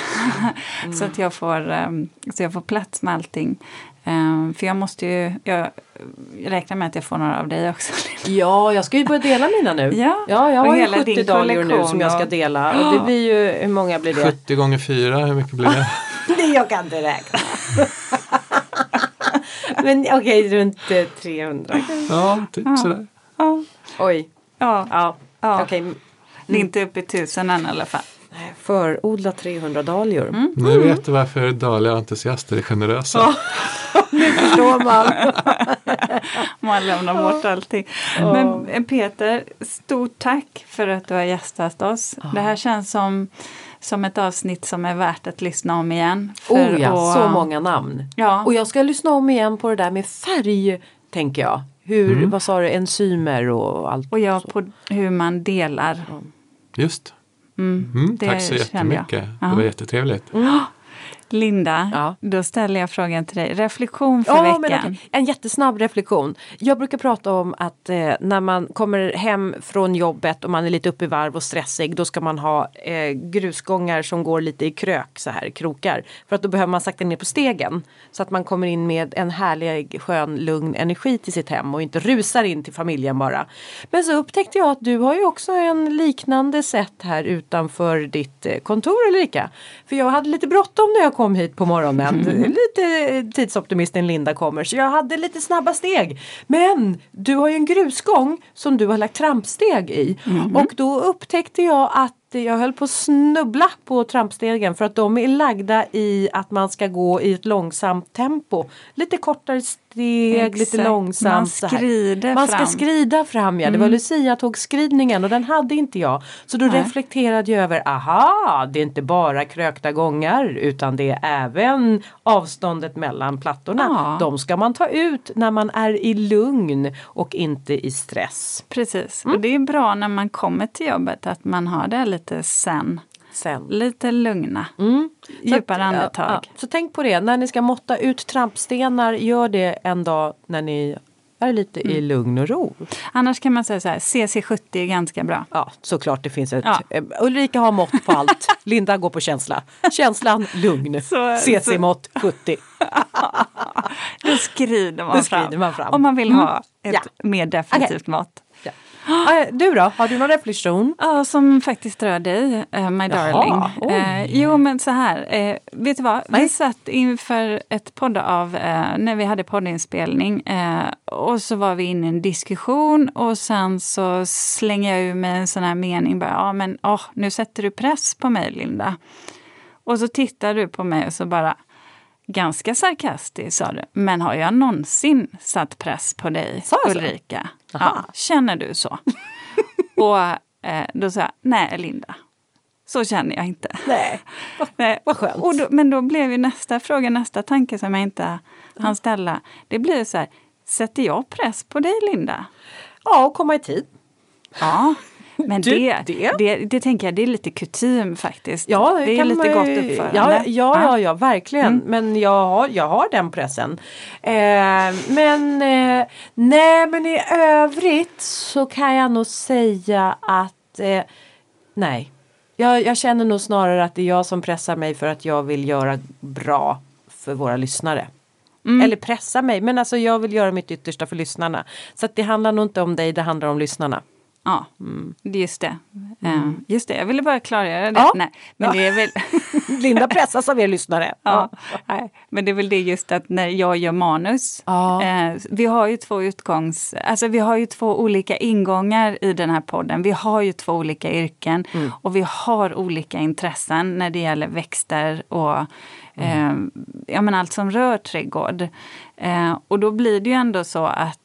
så att jag får, um, så jag får plats med allting. Um, för jag måste ju... Jag räknar med att jag får några av dig också. Ja, jag ska ju börja dela mina nu. Ja, ja jag och har ju hela sjuttio din dahlior nu kollektion som jag ska och- dela. Och det blir ju, hur många blir det? sjuttio gånger fyra, hur mycket blir det? Det jag kan inte räkna. Men okej, runt eh, trehundra. Ja, typ sådär. Ja. Oj. Ja. Ja. Ja. Okej. Det är inte uppe i tusen än i alla fall. Förodla trehundra dahlior. Mm. Nu vet du varför dahlia-entusiaster är generösa. Ja. Nu förstår man. Man lämnar bort allting. Ja. Men Peter, stort tack för att du har gästat oss. Ja. Det här känns som, som ett avsnitt som är värt att lyssna om igen. För Oh ja, att, så många namn. Ja. Och jag ska lyssna om igen på det där med färg, tänker jag. Hur, mm. vad sa du, enzymer och allt. Och jag så. på hur man delar. Just. Mm, Mm, tack så jättemycket. Ja. Det var jättetrevligt. Mm. Linda, ja. då ställer jag frågan till dig. Reflektion för ja, veckan. Men okay. En jättesnabb reflektion. Jag brukar prata om att eh, när man kommer hem från jobbet och man är lite uppe i varv och stressig, då ska man ha eh, grusgångar som går lite i krök, så här, krokar. För att då behöver man sakta ner på stegen. Så att man kommer in med en härlig, skön, lugn energi till sitt hem och inte rusar in till familjen bara. Men så upptäckte jag att du har ju också en liknande sätt här utanför ditt eh, kontor, Ulrika. För jag hade lite bråttom när jag kom hit på morgonen. Mm. Lite tidsoptimisten Linda kommer. Så jag hade lite snabba steg. Men du har ju en grusgång som du har lagt trampsteg i. Mm. Och då upptäckte jag att jag höll på att snubbla på trampstegen. För att de är lagda i att man ska gå i ett långsamt tempo. Lite kortare steg, exakt. Lite långsamt. Man skrider Man fram. ska skrida fram, ja. Det var Mm. Lucia-tågskridningen och den hade inte jag. Så då Nej. reflekterade jag över, aha, det är inte bara krökta gångar utan det är även avståndet mellan plattorna. Ja. De ska man ta ut när man är i lugn och inte i stress. Precis, Mm. och det är bra när man kommer till jobbet att man har det lite sen. Sen. Lite lugna, Mm. djupare Så, andetag. ja, ja. Så tänk på det, när ni ska måtta ut trampstenar, gör det en dag när ni är lite mm. i lugn och ro. Annars kan man säga så här, C C sjuttio är ganska bra. Ja, såklart det finns ett... Ja. Eh, Ulrika har mått på allt. Linda går på känsla. Känslan, lugn. Så- C C-mått sjuttio. Då skrider man, Då fram. skrider man fram. Om man vill ha ett Ja. mer definitivt mått. Ja. Ah, du då? Har du någon reflektion? Ja, som faktiskt rör dig, uh, my darling. oj. Uh, jo, men så här. Uh, vet du vad? Nej. Vi satt inför ett podd av, uh, när vi hade poddinspelning. Uh, och så var vi inne i en diskussion. Och sen så slänger jag ur mig en sån här mening. Bara, ja, men oh, nu sätter du press på mig, Linda. Och så tittar du på mig och så bara... Ganska sarkastiskt, sa du. Men har jag någonsin satt press på dig, Sa jag så? Ulrika? Aha. Ja, känner du så? Och eh, då sa jag, nej Linda, så känner jag inte. Nej, Nej. vad skönt. Och då, men då blev ju nästa fråga, nästa tanke som jag inte hann ställa. Det blir så här, sätter jag press på dig, Linda? Ja, och komma i tid. Ja, men Du, det, det? det, det tänker jag, det är lite kutym faktiskt. Ja, det är kan lite man, gott uppförande. Ja, ja, ja, ja verkligen. Mm. Men jag har, jag har den pressen. Eh, men eh, nej, men i övrigt så kan jag nog säga att eh, nej. Jag, jag känner nog snarare att det är jag som pressar mig för att jag vill göra bra för våra lyssnare. Mm. Eller pressa mig, men alltså jag vill göra mitt yttersta för lyssnarna. Så att det handlar nog inte om dig, det handlar om lyssnarna. Ja, mm. just det. Mm. Just det, jag ville bara klargöra det. Ja. Nej, men Ja. det är väl... Linda pressas av er lyssnare. ja. Nej, men det är väl det just att när jag gör manus. Ja. Eh, vi har ju två utgångs... Alltså vi har ju två olika ingångar i den här podden. Vi har ju två olika yrken. Mm. Och vi har olika intressen när det gäller växter och eh, ja, men allt som rör trädgård. Eh, och då blir det ju ändå så att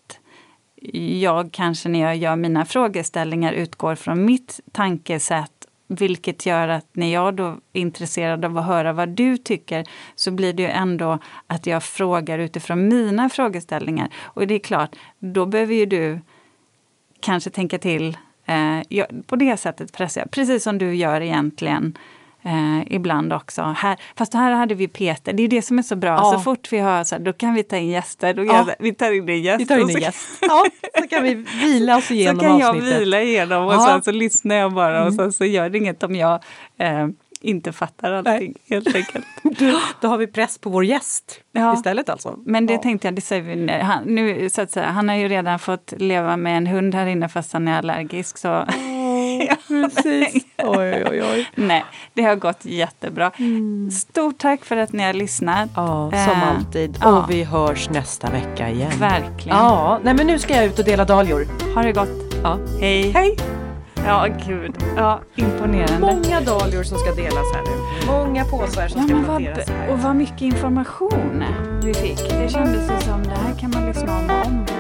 jag kanske när jag gör mina frågeställningar utgår från mitt tankesätt, vilket gör att när jag då är intresserad av att höra vad du tycker så blir det ju ändå att jag frågar utifrån mina frågeställningar. Och det är klart, då behöver ju du kanske tänka till eh, jag, på det sättet pressar jag, precis som du gör egentligen. Eh, ibland också. Här, fast här hade vi Peter. Det är det som är så bra. Ja. Så fort vi har så här, då kan vi ta in gäster. Då Ja. jag, vi tar in en gäst. Vi tar in och en så, gäst. Ja, så kan vi vila oss igenom så kan jag avsnittet. vila igenom och Ja. sen så lyssnar jag bara och sen så gör det inget om jag eh, inte fattar allting. Helt enkelt. Då, då har vi press på vår gäst Ja. istället alltså. Men det Ja. tänkte jag, det säger vi nu. Han, nu så att säga, han har ju redan fått leva med en hund här inne fast han är allergisk. Så Ja, precis. Oj, oj, oj. Nej, det har gått jättebra. Mm. Stort tack för att ni har lyssnat. Ja, som uh, alltid. Ja. Och vi hörs nästa vecka igen. Verkligen. Ja, nej men nu ska jag ut och dela dahlior. Ha det gott. Ja. Hej. Hej. Ja, gud. Ja, imponerande. Många dahlior som ska delas här nu. Många påsar som ja, ska men planteras vad, här. Och vad mycket information vi fick. Det kändes ju som det här kan man lyssna om och om.